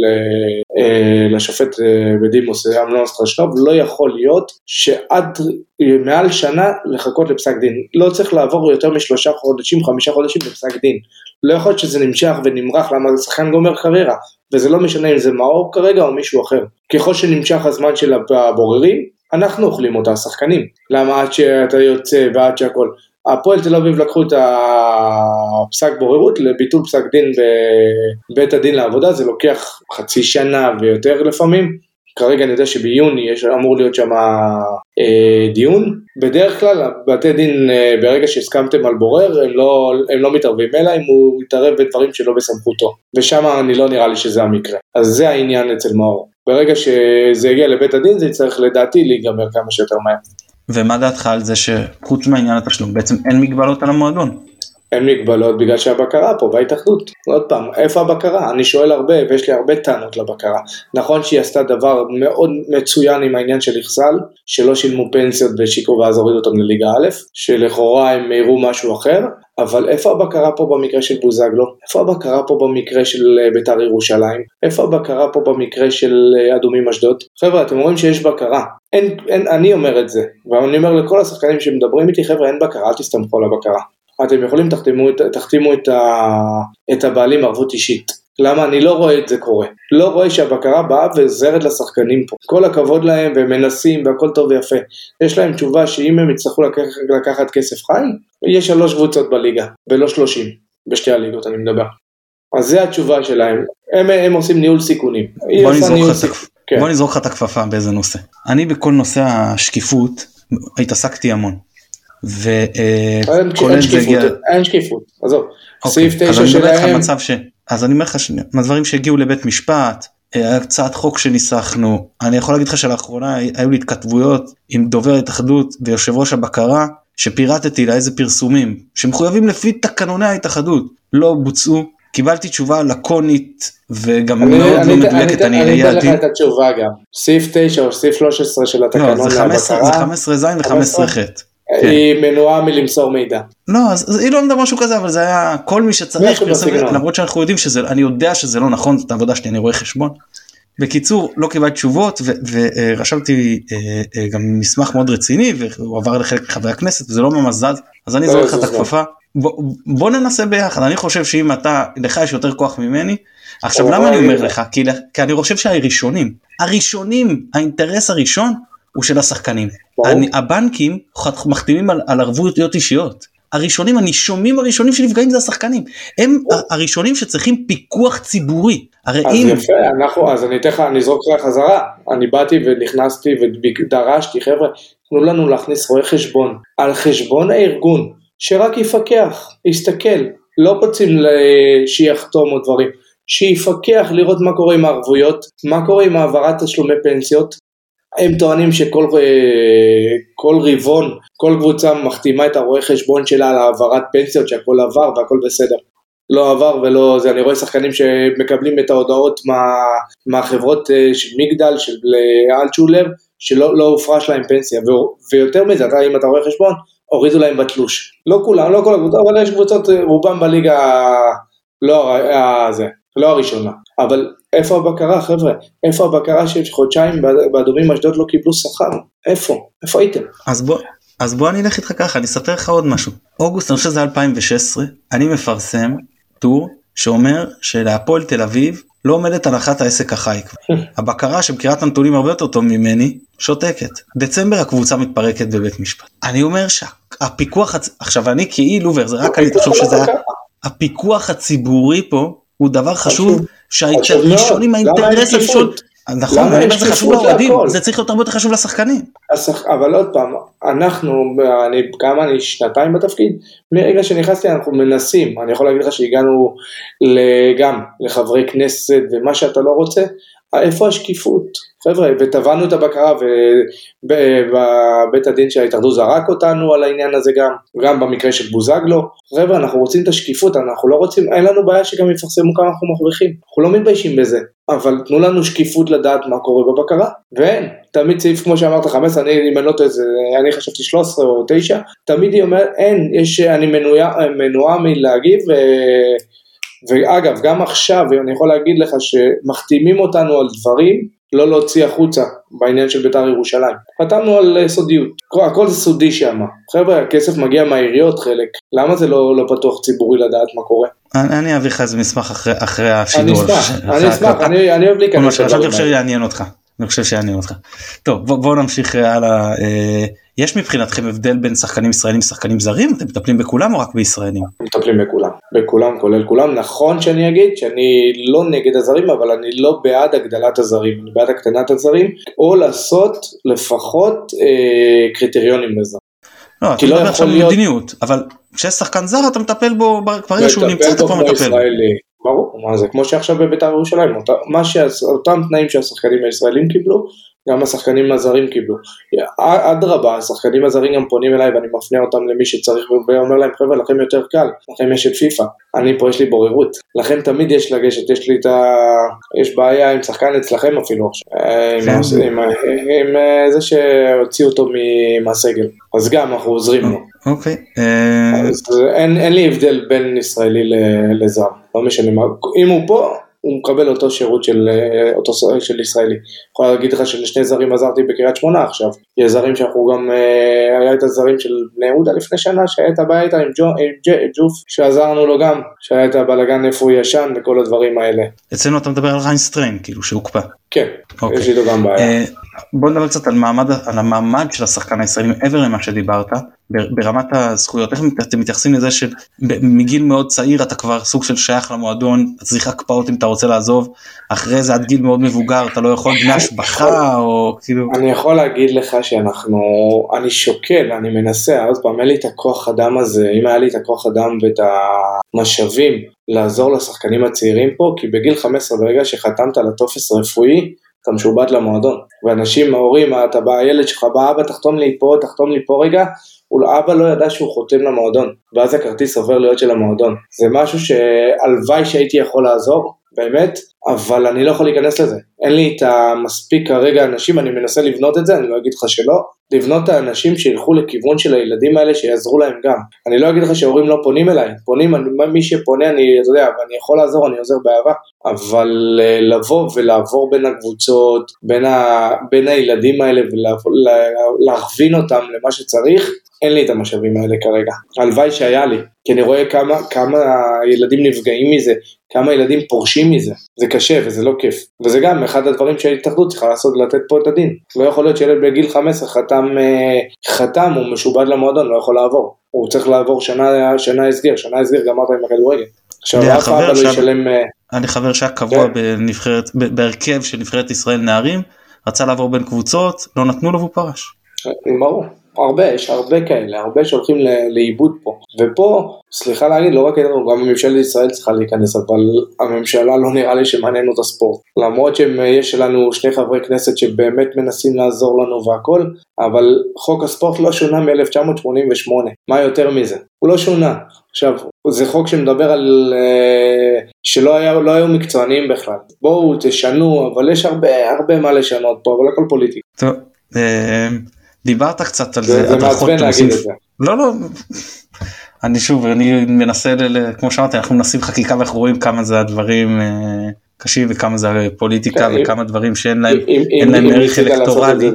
לשופט בדימוס, אמנון סטרשנוב, לא יכול להיות שעד מעל שנה לחכות לפסק דין. לא צריך לעבור יותר משלושה חודשים, חמישה חודשים לפסק דין. לא יכול להיות שזה נמשך ונמרח, למה זה שחקן גומר קריירה, וזה לא משנה אם זה מאור כרגע או מישהו אחר. ככל שנמשך הזמן של הבוררים, אנחנו אוכלים אותה, השחקנים. למה עד שאתה יוצא ועד שהכל... הפועל תל אביב לקחו את הפסק בוררות לביטול פסק דין בבית הדין לעבודה, זה לוקח חצי שנה ויותר לפעמים, כרגע אני יודע שביוני יש אמור להיות שם אה, דיון, בדרך כלל בתי דין אה, ברגע שהסכמתם על בורר, הם לא, הם לא מתערבים, אלא אם הוא יתערב בדברים שלא בסמכותו, ושם אני לא נראה לי שזה המקרה, אז זה העניין אצל מאור, ברגע שזה יגיע לבית הדין זה צריך לדעתי להיגמר כמה שיותר מהר. ומה דעתך על זה שחוץ מהעניין התשלום, בעצם אין מגבלות על המועדון? אין מגבלות בגלל שהבקרה פה בהתאחדות. עוד פעם, איפה הבקרה? אני שואל הרבה ויש לי הרבה טענות לבקרה. נכון שהיא עשתה דבר מאוד מצוין עם העניין של יחסל, שלא שילמו פנסיות בשיקו ואז הורידו אותם לליגה א', שלכאורה הם מהירו משהו אחר, אבל איפה הבקרה פה במקרה של בוזגלו? איפה הבקרה פה במקרה של בית"ר ירושלים? איפה הבקרה פה במקרה של אדומים אשדוד? חבר'ה, אתם אומרים שיש בקרה. אין, אין, אני אומר את זה, ואני אומר לכל השחקנים שמדברים איתי, חבר'ה, אין בקרה, אל תסתמכו על הבקרה. אתם יכולים, תחתימו, תחתימו את, ה, את הבעלים ערבות אישית. למה? אני לא רואה את זה קורה. לא רואה שהבקרה באה וזרת לשחקנים פה. כל הכבוד להם והם מנסים והכל טוב ויפה. יש להם תשובה שאם הם יצטרכו לקח, לקחת כסף חי, יש שלוש קבוצות בליגה, ולא שלושים. בשתי הליגות אני מדבר. אז זה התשובה שלהם. הם, הם עושים ניהול סיכונים. בוא נזרוק, סיכ... כן. בוא נזרוק לך את הכפפה באיזה נושא. אני בכל נושא השקיפות התעסקתי המון. אין שקיפות, אין שקיפות, עזוב, סעיף תשע שלהם. אז אני אומר לך, מהדברים שהגיעו לבית משפט, הצעת חוק שניסחנו, אני יכול להגיד לך שלאחרונה היו לי התכתבויות עם דובר ההתאחדות ויושב ראש הבקרה, שפירטתי לה איזה פרסומים, שמחויבים לפי תקנוני ההתאחדות, לא בוצעו, קיבלתי תשובה לקונית, וגם מאוד לא מדויקת, אני אתן לך את התשובה גם, סעיף תשע או סעיף שלוש עשרה של התקנון להבקרה, זה חמש עשרה זין ו-חמש עשרה ח'. היא מנועה מלמסור מידע. לא, אז היא לא מדבר משהו כזה, אבל זה היה כל מי שצריך, למרות שאנחנו יודעים שזה, אני יודע שזה לא נכון, זאת העבודה שלי, אני רואה חשבון. בקיצור, לא קיבלתי תשובות, ורשמתי גם מסמך מאוד רציני, והוא עבר לחלק מחברי הכנסת, וזה לא ממש זז, אז אני זורק לך את הכפפה. בוא ננסה ביחד, אני חושב שאם אתה, לך יש יותר כוח ממני, עכשיו למה אני אומר לך? כי אני חושב שהראשונים, הראשונים, האינטרס הראשון, הוא של השחקנים. אני, הבנקים מחתימים על, על ערבויות אישיות. הראשונים, הנישומים הראשונים שנפגעים זה השחקנים. הם הראשונים שצריכים פיקוח ציבורי. הרי אז אם... יפה, אנחנו, אז אני תכף, אני זרוק לך חזרה. אני באתי ונכנסתי ודרשתי, חבר'ה, תנו לנו להכניס רואה חשבון, על חשבון הארגון, שרק יפקח, יסתכל, לא רוצים שיחתום או דברים, שיפקח לראות מה קורה עם הערבויות, מה קורה עם העברת תשלומי פנסיות, הם טוענים שכל כל רבעון, כל קבוצה מחתימה את הרואה חשבון שלה על העברת פנסיות, שהכל עבר והכל בסדר. לא עבר ולא זה, אני רואה שחקנים שמקבלים את ההודעות מה, מהחברות של מגדל, של אלטשולר, שלא לא הופרש להם פנסיה, ו, ויותר מזה, אתה, אם אתה רואה חשבון, הורידו להם בתלוש. לא כולם, לא כל הקבוצות, אבל יש קבוצות, רובם בליגה, לא, זה, לא הראשונה. אבל איפה הבקרה, חבר'ה? איפה הבקרה של חודשיים באדומים אשדוד לא קיבלו שכר? איפה? איפה הייתם? אז בוא, אז בוא אני אלך איתך ככה, אני אספר לך עוד משהו. אוגוסט, אני חושב שזה אלפיים ושש עשרה, אני מפרסם טור שאומר שלהפועל תל אביב לא עומדת הנחת העסק החי. הבקרה שמכירה את הנתונים הרבה יותר טוב ממני, שותקת. דצמבר הקבוצה מתפרקת בבית משפט. אני אומר שהפיקוח, עכשיו אני כאילו, וזה רק אני תחשוב שזה היה, הפיקוח הציבורי פה, הוא דבר חשוב, שהראשון עם האינטרס הראשון, נכון, זה חשוב לאוהדים, זה צריך להיות הרבה יותר חשוב לשחקנים. אבל עוד פעם, אנחנו, כמה אני שנתיים בתפקיד, מרגע שנכנסתי אנחנו מנסים, אני יכול להגיד לך שהגענו גם לחברי כנסת ומה שאתה לא רוצה, איפה השקיפות? חבר'ה, וטבענו את הבקרה, ובבית הדין שההתאחדות זרק אותנו על העניין הזה גם, גם במקרה של בוזגלו, חבר'ה, אנחנו רוצים את השקיפות, אנחנו לא רוצים, אין לנו בעיה שגם יפרסמו כמה אנחנו מרוויחים, אנחנו לא מתביישים בזה, אבל תנו לנו שקיפות לדעת מה קורה בבקרה, ואין, תמיד סעיף כמו שאמרת חמש עשרה, אני, אם אני לא טועה, אני חשבתי שלוש עשרה או תשע, תמיד היא אומרת, אין, יש, אני מנועה, מנועה מלהגיב, ו... ואגב, גם עכשיו, אני יכול להגיד לך שמחתימים אותנו על דברים, לא להוציא החוצה בעניין של בית"ר ירושלים. חתמנו על סודיות, הכל זה סודי שם. חבר'ה, הכסף מגיע מהעיריות חלק, למה זה לא, לא פתוח ציבורי לדעת מה קורה? אני, אני אביא לך איזה מסמך אחרי, אחרי השידור. אני אשמח, אני אשמח, אני, אני אוהב להיכנס. אני חושב שיעניין אותך. אני חושב שיעניין אותך. טוב, בואו בוא נמשיך הלאה. יש מבחינתכם הבדל בין שחקנים ישראלים ושחקנים זרים? אתם מטפלים בכולם או רק בישראלים? מטפלים בכולם, בכולם, כולל כולם. נכון שאני אגיד שאני לא נגד הזרים, אבל אני לא בעד הגדלת הזרים, אני בעד הקטנת הזרים, או לעשות לפחות אה, קריטריונים לזה. לא, אתה מדבר עכשיו במדיניות, אבל כשיש שחקן זר אתה מטפל בו, ברגע שהוא נמצא אתה כבר מטפל. ברור, מה זה? כמו שעכשיו בבית"ר ירושלים, אותם תנאים שהשחקנים הישראלים קיבלו, גם השחקנים הזרים קיבלו. עד רבה, השחקנים הזרים גם פונים אליי, ואני מפנה אותם למי שצריך, ואומר להם, חבר'ה, לכם יותר קל, לכם יש את פיפה, אני פה יש לי בוררות, לכם תמיד יש לגשת, יש לי את ה... יש בעיה עם שחקן אצלכם אפילו עכשיו, עם זה שהוציאו אותו מהסגל, אז גם אנחנו עוזרים לו. אוקיי. אין לי הבדל בין ישראלי לזר, לא משנה מה, אם הוא פה, הוא מקבל אותו שירות של אותו של ישראלי. יכול להגיד לך שלשני זרים עזרתי בקריית שמונה עכשיו. יש זרים שאנחנו גם, היה את הזרים של בני יהודה לפני שנה, שהיה את הבעיה איתה עם, ג'ו, עם ג'וף, שעזרנו לו גם, שהיה את הבלגן איפה הוא ישן וכל הדברים האלה. אצלנו אתה מדבר על ריינסטריין, כאילו שהוקפא. כן, okay. יש לי לו גם בעיה. בוא נדבר קצת על, מעמד, על המעמד של השחקן הישראלי, מעבר למה שדיברת, ברמת הזכויות, איך אתם מתייחסים לזה שמגיל מאוד צעיר אתה כבר סוג של שייך למועדון, אתה צריך הקפאות אם אתה רוצה לעזוב, אחרי זה עד גיל מאוד מבוגר, אתה לא יכול בני השבחה או כאילו... אני יכול להגיד לך שאנחנו, אני שוקל, אני מנסה, עוד פעם, אין לי את הכוח אדם הזה, אם היה לי את הכוח אדם ואת המשאבים לעזור לשחקנים הצעירים פה, כי בגיל חמש עשרה ברגע שחתמת על הטופס רפואי, אתה משובד למועדון, ואנשים, ההורים, אתה בא, הילד שלך בא, אבא תחתום לי פה, תחתום לי פה רגע, אבא לא ידע שהוא חותם למועדון, ואז הכרטיס עובר להיות של המועדון, זה משהו שהלוואי שהייתי יכול לעזור, באמת, אבל אני לא יכול להיכנס לזה, אין לי את המספיק כרגע אנשים, אני מנסה לבנות את זה, אני לא אגיד לך שלא, לבנות את האנשים שילכו לכיוון של הילדים האלה, שיעזרו להם גם, אני לא אגיד לך שההורים לא פונים אליי, פונים, אני, מי שפונה אני יודע, ואני יכול לעזור, אני עוזר באהבה, אבל לבוא ולעבור בין הקבוצות, בין, ה, בין הילדים האלה, ולהכווין אותם למה שצריך, אין לי את המשאבים האלה כרגע, הלוואי שהיה לי, כי אני רואה כמה, כמה ילדים נפגעים מזה, כמה ילדים פורשים מזה, זה קשה וזה לא כיף, וזה גם אחד הדברים שההתאחדות צריכה לעשות, לתת פה את הדין, לא יכול להיות שילד בגיל חמש עשרה חתם, חתם, הוא משובד למועדון, לא יכול לעבור, הוא צריך לעבור שנה, שנה הסגר, שנה הסגר גמרת עם הכדורגל, עכשיו אף אחד לא ישלם... אני חבר שהיה קבוע בנבחרת, בהרכב של נבחרת ישראל נערים, רצה לעבור בין קבוצות, לא נתנו לו והוא פרש. ברור. הרבה, יש הרבה כאלה, הרבה שהולכים לאיבוד פה, ופה, סליחה להגיד, לא רק איתנו, גם הממשלת ישראל צריכה להיכנס, אבל הממשלה לא נראה לי שמעניין אותה ספורט, למרות שיש לנו שני חברי כנסת שבאמת מנסים לעזור לנו והכל, אבל חוק הספורט לא שונה מ-אלף תשע מאות שמונים ושמונה, מה יותר מזה? הוא לא שונה, עכשיו, זה חוק שמדבר על, שלא היה, לא היו מקצוענים בכלל, בואו תשנו, אבל יש הרבה, הרבה מה לשנות פה, אבל הכל פוליטי. טוב, דיברת קצת על זה, זה, זה מעצבן להגיד את זה. לא, לא, אני שוב, אני מנסה, כמו שאמרתי, אנחנו מנסים חקיקה ואנחנו רואים כמה זה הדברים קשים וכמה זה פוליטיקה וכמה דברים שאין להם ערך אלקטורלי.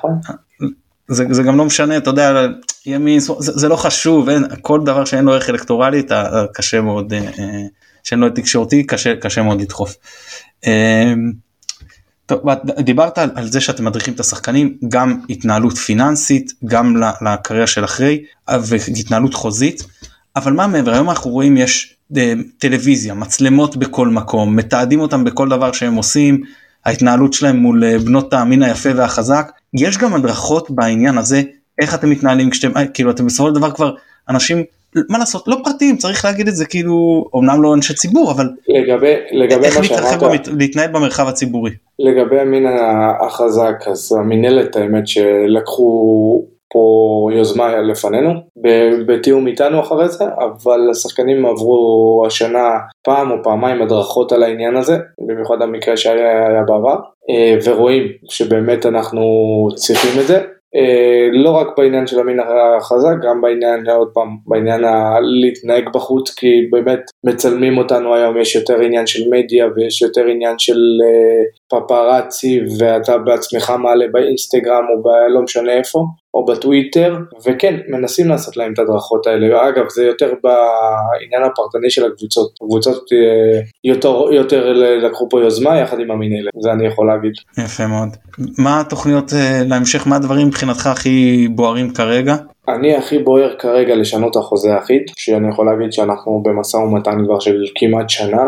זה גם לא משנה, אתה יודע, זה לא חשוב, כל דבר שאין לו ערך אלקטורלי, קשה מאוד, שאין לו תקשורתי, קשה מאוד לדחוף. טוב, דיברת על, על זה שאתם מדריכים את השחקנים, גם התנהלות פיננסית, גם לקריירה של אחרי, והתנהלות חוזית, אבל מה מעבר? היום אנחנו רואים יש טלוויזיה, מצלמות בכל מקום, מתעדים אותם בכל דבר שהם עושים, ההתנהלות שלהם מול בנות המין היפה והחזק, יש גם הדרכות בעניין הזה, איך אתם מתנהלים כשאתם, כאילו אתם בסופו של דבר כבר אנשים, מה לעשות, לא פרטיים, צריך להגיד את זה כאילו, אומנם לא אנשי ציבור, אבל לגבי, לגבי איך מה שאמרת, להתנהל במרחב הציבורי. לגבי המין החזק, אז המנהלת האמת שלקחו פה יוזמה לפנינו, בתיאום איתנו אחרי זה, אבל השחקנים עברו השנה פעם או פעמיים הדרכות על העניין הזה, במיוחד המקרה שהיה בעבר, ורואים שבאמת אנחנו צריכים את זה, לא רק בעניין של המין החזק, גם בעניין, עוד פעם, בעניין להתנהג בחוץ, כי באמת מצלמים אותנו היום, יש יותר עניין של מדיה, ויש יותר עניין של פפרצי, ואתה בעצמך מעלה באינסטגרם, או ב- לא משנה איפה, או בטוויטר, וכן, מנסים לעשות להם את הדרכות האלה. אגב, זה יותר בעניין הפרטני של הקבוצות. הקבוצות יותר, יותר לקחו פה יוזמה יחד עם המנהלת, זה אני יכול להגיד. יפה מאוד. מה התוכניות להמשך, מה הדברים מבחינתך הכי בוערים כרגע? אני הכי בוער כרגע לשנות החוזה האחיד, שאני יכול להגיד שאנחנו במשא ומתן כבר של כמעט שנה,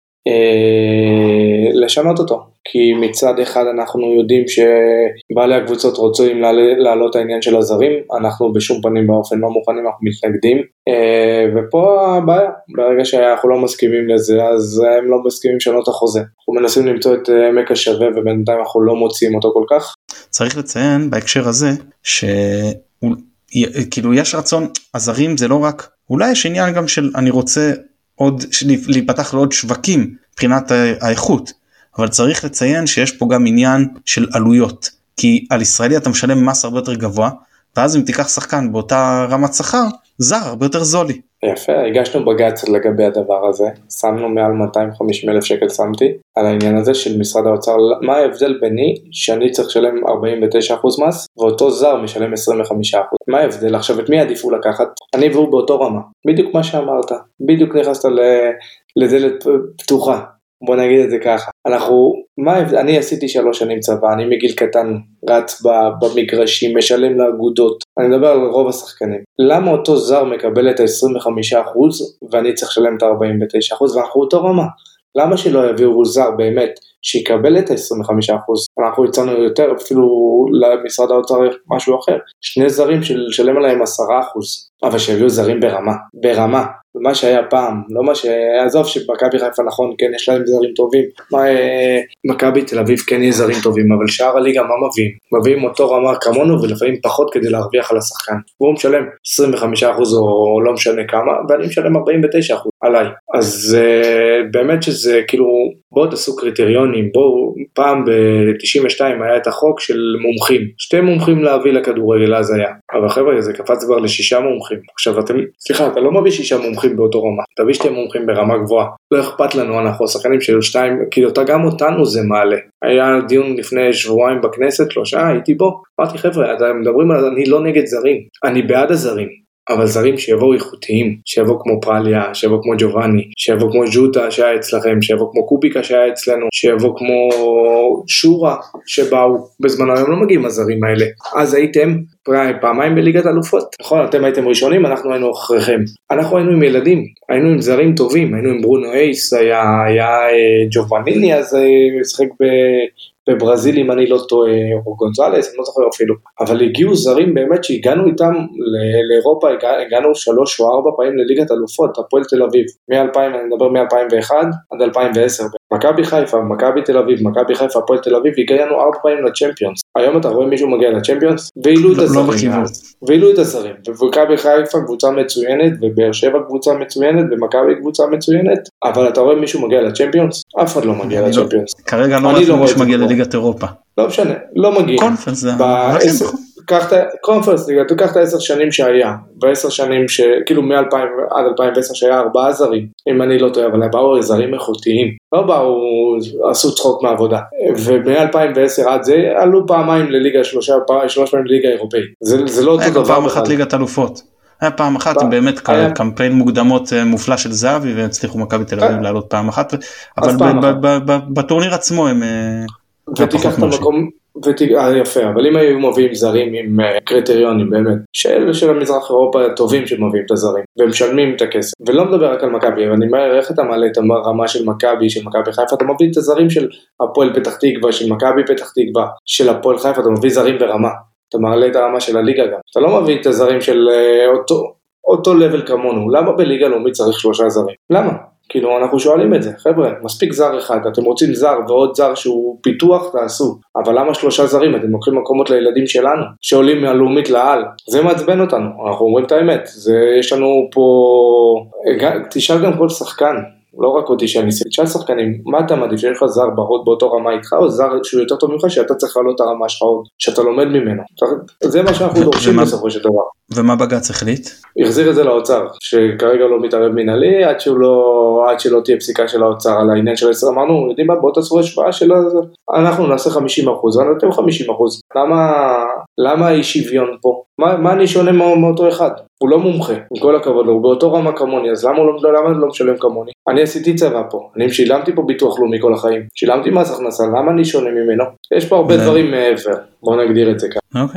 לשנות אותו, כי מצד אחד אנחנו יודעים שבעלי הקבוצות רוצים להעלות העניין של הזרים, אנחנו בשום פנים באופן לא מוכנים, אנחנו מתנגדים, ופה הבעיה, ברגע שאנחנו לא מסכימים לזה, אז הם לא מסכימים לשנות החוזה, אנחנו מנסים למצוא את עמק השווה, ובינתיים אנחנו לא מוצאים אותו כל כך. צריך לציין בהקשר הזה, שכאילו יש רצון, הזרים זה לא רק, אולי יש עניין גם של אני רוצה עוד, להיפתח לעוד שווקים, מבחינת האיכות, אבל צריך לציין שיש פה גם עניין של עלויות, כי על ישראלי אתה משלם מס הרבה יותר גבוה, ואז אם תיקח שחקן באותה רמת שכר, זר הרבה יותר זולי. יפה, הגשנו בג"ץ לגבי הדבר הזה, שמנו מעל מאתיים וחמישים אלף שקל שמתי, על העניין הזה של משרד האוצר, מה ההבדל ביני שאני צריך לשלם ארבעים ותשעה אחוז מס, ואותו זר משלם עשרים וחמישה אחוז, מה ההבדל? עכשיו את מי עדיפו לקחת? אני והוא באותו רמה, בדיוק מה שאמרת, בדיוק נכנסת לדלת פתוחה, בוא נגיד את זה ככה, אנחנו, מה, אני עשיתי שלוש שנים צבא, אני מגיל קטן רץ במגרשים, משלם לאגודות, אני מדבר על רוב השחקנים, למה אותו זר מקבל את ה-עשרים וחמישה אחוז, ואני צריך לשלם את ה-ארבעים ותשעה אחוז, ואנחנו אותו רמה, למה שלא יביאו זר באמת, שיקבל את ה-עשרים וחמישה אחוז, אנחנו יצאנו יותר, אפילו למשרד האוצר משהו אחר, שני זרים שלשלם עליהם עשרה אחוז, אבל שיביאו זרים ברמה, ברמה, ומה שהיה פעם, לא מה שעזוב שמכבי חיפה נכון, כן יש להם זרים טובים, מה, מכבי תל אביב כן יש זרים טובים, אבל שאר הליגה מה מביאים? מביאים אותו רמה כמונו ולפעמים פחות כדי להרוויח על השחקן, והוא משלם עשרים וחמישה אחוז או לא משנה כמה, ואני משלם ארבעים ותשעה אחוז עליי, אז באמת שזה כאילו, בואו תעשו קריטריונים, בואו פעם ב-תשעים ושתיים היה את החוק של מומחים, שתי מומחים להביא לכדורגל אז היה, אבל חבר'ה זה קפץ כבר לשישה מומחים, עכשיו אתם, סליחה, אתה לא מביא שישה מומחים באותו רמה, תביא שתי מומחים ברמה גבוהה, לא אכפת לנו, אנחנו השחקנים של שתיים, כאילו אתה גם אותנו זה מעלה, היה דיון לפני שבועיים בכנסת, שלושה, הייתי בו, אמרתי חבר'ה, אתם מדברים על, אני לא נגד זרים, אני בעד הזרים, אבל זרים שיבואו איכותיים, שיבואו כמו פרליה, שיבואו כמו ג'ובאני, שיבואו כמו ז'וטה שהיה אצלכם, שיבואו כמו קוביקה שהיה אצלנו, שיבואו כמו שורה שבאו בזמנו, הם לא מגיעים הזרים האלה, אז הייתם פעמיים בליגת אלופות, נכון, אתם הייתם ראשונים, אנחנו היינו אחריכם, אנחנו היינו עם ילדים, היינו עם זרים טובים, היינו עם ברונו אייס, היה, היה ג'ובאניני, אז שחק ב... בברזיל אם אני לא טועה, או גונזלס, אני לא זוכר אפילו, אבל הגיעו זרים באמת שהגענו איתם לאירופה, הגענו שלוש או ארבע פעמים לליגת אלופות, הפועל תל אביב, מ-אלפיים, אני מדבר מ-אלפיים ואחת עד אלפיים ועשר, מכבי חיפה, מכבי תל אביב, מכבי חיפה, הפועל תל אביב, הגענו ארבע פעמים לצ'מפיונס, היום אתה רואה מישהו מגיע לצ'מפיונס, ואילו את הזרים, ואילו את הזרים, ומכבי חיפה קבוצה מצוינת, ובאר שבע קבוצה מצוינת, ומכבי קבוצה מצוינת, אבל אתה רואה מישהו מגיע לצ'מפיונס, אף אחד לא מגיע לצ'מפיונס. כרגע לא רואה מישהו מגיע לליגת אירופה. לא משנה, לא מגיע. קונפרנס זה. קונפרנס, אתה קח את העשר שנים שהיה, בעשר שנים שכאילו מ-אלפיים עד אלפיים ועשר שהיה ארבעה זרים, אם אני לא טועה, אבל באו זרים איכותיים, לא באו, עשו צחוק מעבודה, ומ-אלפיים ועשר עד זה עלו פעמיים לליגה, שלושה פעמים לליגה אירופאית, זה לא אותו דבר. פעם אחת ליגת אלופות, היה פעם אחת, עם באמת קמפיין מוקדמות מופלא של זהבי, והצליחו מכבי תל אביב לעלות פעם אחת, אבל בטורניר עצמו הם... ותיקח את המקום, יפה, אבל אם היו מביאים זרים עם קריטריונים באמת, של המזרח אירופה הטובים שמביאים את הזרים, והם משלמים את הכסף, ולא מדבר רק על מכבי, ואני אומר, איך אתה מעלה את הרמה של מכבי, של מכבי חיפה, אתה מביא את הזרים של הפועל פתח תקווה, של מכבי פתח תקווה, של הפועל חיפה, אתה מביא זרים ברמה, אתה מעלה את הרמה של הליגה גם, אתה לא מביא את הזרים של אותו, אותו לבל כמונו, למה בליגה לאומית צריך שלושה זרים? למה? כאילו אנחנו שואלים את זה, חבר'ה, מספיק זר אחד, אתם רוצים זר ועוד זר שהוא פיתוח, תעשו, אבל למה שלושה זרים? אתם לוקחים מקומות לילדים שלנו, שעולים מהלאומית לעל, זה מעצבן אותנו, אנחנו אומרים את האמת, זה, יש לנו פה, תשאל גם כל שחקן, לא רק אותי שאני ניסיתי, תשאל שחקנים, מה אתה מעדיף, שיש לך זר בהוד באותו רמה איתך, או זר שהוא יותר טוב ממך, שאתה צריך לעלות את הרמה שלך עוד, שאתה לומד ממנו, זה מה שאנחנו דורשים בסופו של דבר. ומה בג"ץ החליט? יחזיר את זה לאוצר, שכרגע לא מתערב מנהלי, עד שהוא לא, עד שלא תהיה פסיקה של האוצר על העניין של עשרה, אמרנו, יודעים מה, בוא תעשו השוואה של זה, אנחנו נעשה חמישים אחוז, ואתם חמישים אחוז, למה, למה אי שוויון פה? מה, מה אני שונה מאותו אחד? הוא לא מומחה, עם כל הכבוד, הוא באותו רמה כמוני, אז למה הוא לא, למה הוא לא משלם כמוני? אני עשיתי צבא פה, אני שילמתי פה ביטוח לאומי כל החיים, שילמתי מס הכנסה, למה אני שונה ממנו? יש פה הרבה דברים מעבר, בואו נגדיר את זה כאן. אוקיי,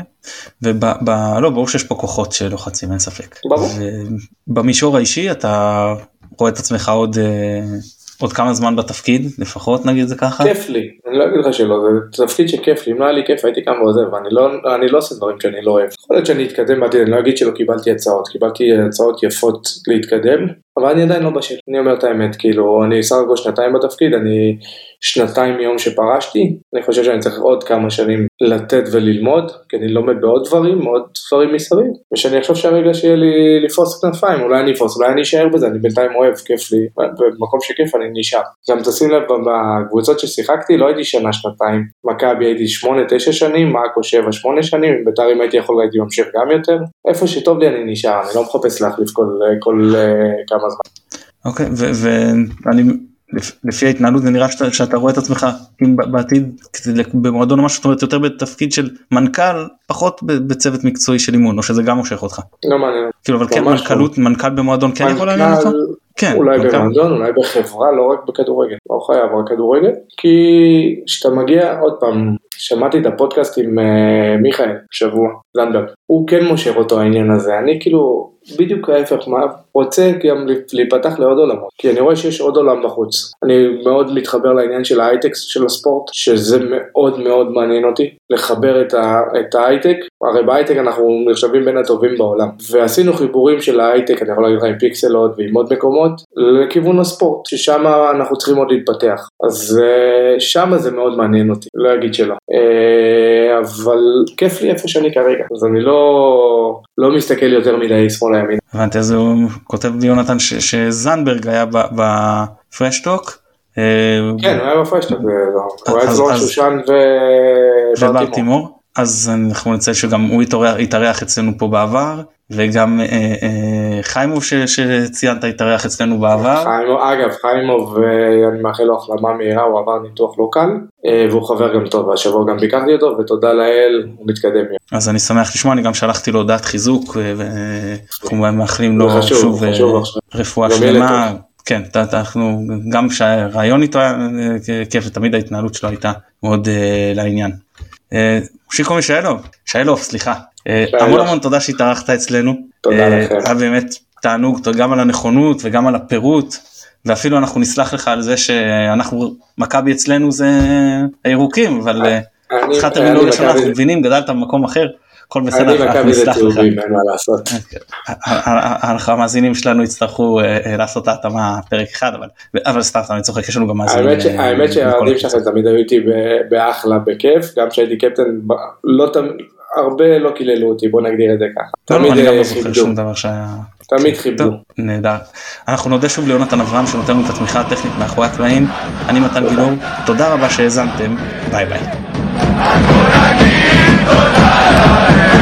ולא, ברור שיש פה כוחות שלוחצים, אין ספק. ברור. במישור האישי אתה רואה את עצמך עוד... עוד כמה זמן בתפקיד, לפחות נגיד זה ככה? כיף לי, אני לא אגיד לך שלא, זה תפקיד שכיף לי, אם לא היה לי כיף הייתי קם ועוזב, ואני לא, אני לא עושה דברים שאני לא אוהב. יכול להיות שאני אתקדם בעתיד, אני לא אגיד שלא קיבלתי הצעות, קיבלתי הצעות יפות להתקדם, אבל אני עדיין לא בשל, אני אומר את האמת, כאילו, אני סך הכל שנתיים בתפקיד, אני שנתיים מיום שפרשתי, אני חושב שאני צריך עוד כמה שנים לתת וללמוד, כי אני לומד בעוד דברים, עוד דברים מסביב, ושאני חושב שהרגע שיהיה לי לפרוס כנפיים, אולי אני אפרוס, אולי אני אשאר בזה, אני בינתיים אוהב, כיף לי, במקום שכיף אני נשאר. גם תשים לב, בקבוצות ששיחקתי, לא הייתי שנה, שנתיים, מכבי הייתי שמונה, תשע שנים, מאקו שבע, שמונה שנים, בית"ר אם הייתי יכול הייתי ממשיך גם יותר, איפה שטוב לי אני נשאר, אני לא מחפש להחליף כל, כל כמה זמן. אוקיי, ואני... לפי ההתנהלות זה נראה שאתה, שאתה רואה את עצמך אם בעתיד במועדון או משהו, זאת אומרת יותר בתפקיד של מנכ"ל, פחות בצוות מקצועי של אימון, או שזה גם מושך אותך. לא מעניין. כאילו, אבל כן מנכ"לות, מנכ"ל במועדון כן יכול לעניין אותו? כן. אולי במועדון, אולי בחברה, לא רק בכדורגל, לא חייב רק כדורגל, כי שאתה מגיע, עוד פעם, שמעתי את הפודקאסט עם מיכאל, שבוע, זנדברג, הוא כן מושך אותו העניין הזה, אני כאילו, בדיוק ההפך, מה, רוצה גם להיפתח לעוד עולמות, כי אני רואה שיש עוד עולם בחוץ, אני מאוד מתחבר לעניין של ההייטק של הספורט, שזה מאוד מאוד מעניין אותי, לחבר את, ה, את ההייטק, הרי בהייטק אנחנו נחשבים בין הטובים בעולם, ועשינו חיבורים של ההייטק, אני יכול להגיד לך עם פיקסלות ועם עוד מקומות, לכיוון הספורט, ששם אנחנו צריכים עוד להתפתח, אז שם זה מאוד מעניין אותי, לא אגיד שלא, אבל כיף לי איפה שאני כרגע, אז אני לא, לא מסתכל יותר מדי שמאל הימין. הבנתי, אז הוא כותב ליונתן שזנברג היה בפרשטוק. כן, הוא היה בפרשטוק, הוא היה אצלו שושן וברטימור. אז אנחנו נצא שגם הוא התארח אצלנו פה בעבר, וגם חיימוב שציינת התארח אצלנו בעבר. אגב, חיימוב, אני מאחל לו החלמה מהירה, הוא עבר ניתוח לא קל, והוא חבר גם טוב, והשבוע גם ביקרתי אותו, ותודה לאל, הוא מתקדם. אז אני שמח לשמוע, אני גם שלחתי לו הודעת חיזוק, ואנחנו מאחלים לו שוב רפואה שלמה. כן, אנחנו גם שהרעיון איתו היה כיף, ותמיד ההתנהלות שלו הייתה מאוד לעניין. שיקו מישאלוב, שיילוב, סליחה, המון המון תודה שהתארחת אצלנו, היה באמת תענוג, גם על הנכונות וגם על הפירוט, ואפילו אנחנו נסלח לך על זה שאנחנו, מכבי אצלנו זה הירוקים, אבל התחלת מלא לשנה, אנחנו מבינים, גדלת במקום אחר, הכל בסדר, אנחנו נסלח לך. המאזינים שלנו יצטרכו לעשות התאמה פרק אחד, אבל סתם, אני צוחק, יש לנו גם מאזינים. האמת שהערדים שלכם תמיד היו איתי באחלה, בכיף, גם שהייתי קפטן, הרבה לא קיללו אותי, בוא נגדיר את זה ככה. לא, אני גם לא זוכר שום דבר שהיה... תמיד חיבלו. נהדר. אנחנו נודה שוב ליונתן אברהם שנותן לנו את התמיכה הטכנית מאחורי הקלעים. אני מתן גילאור, תודה רבה שהאזנתם, ביי ביי.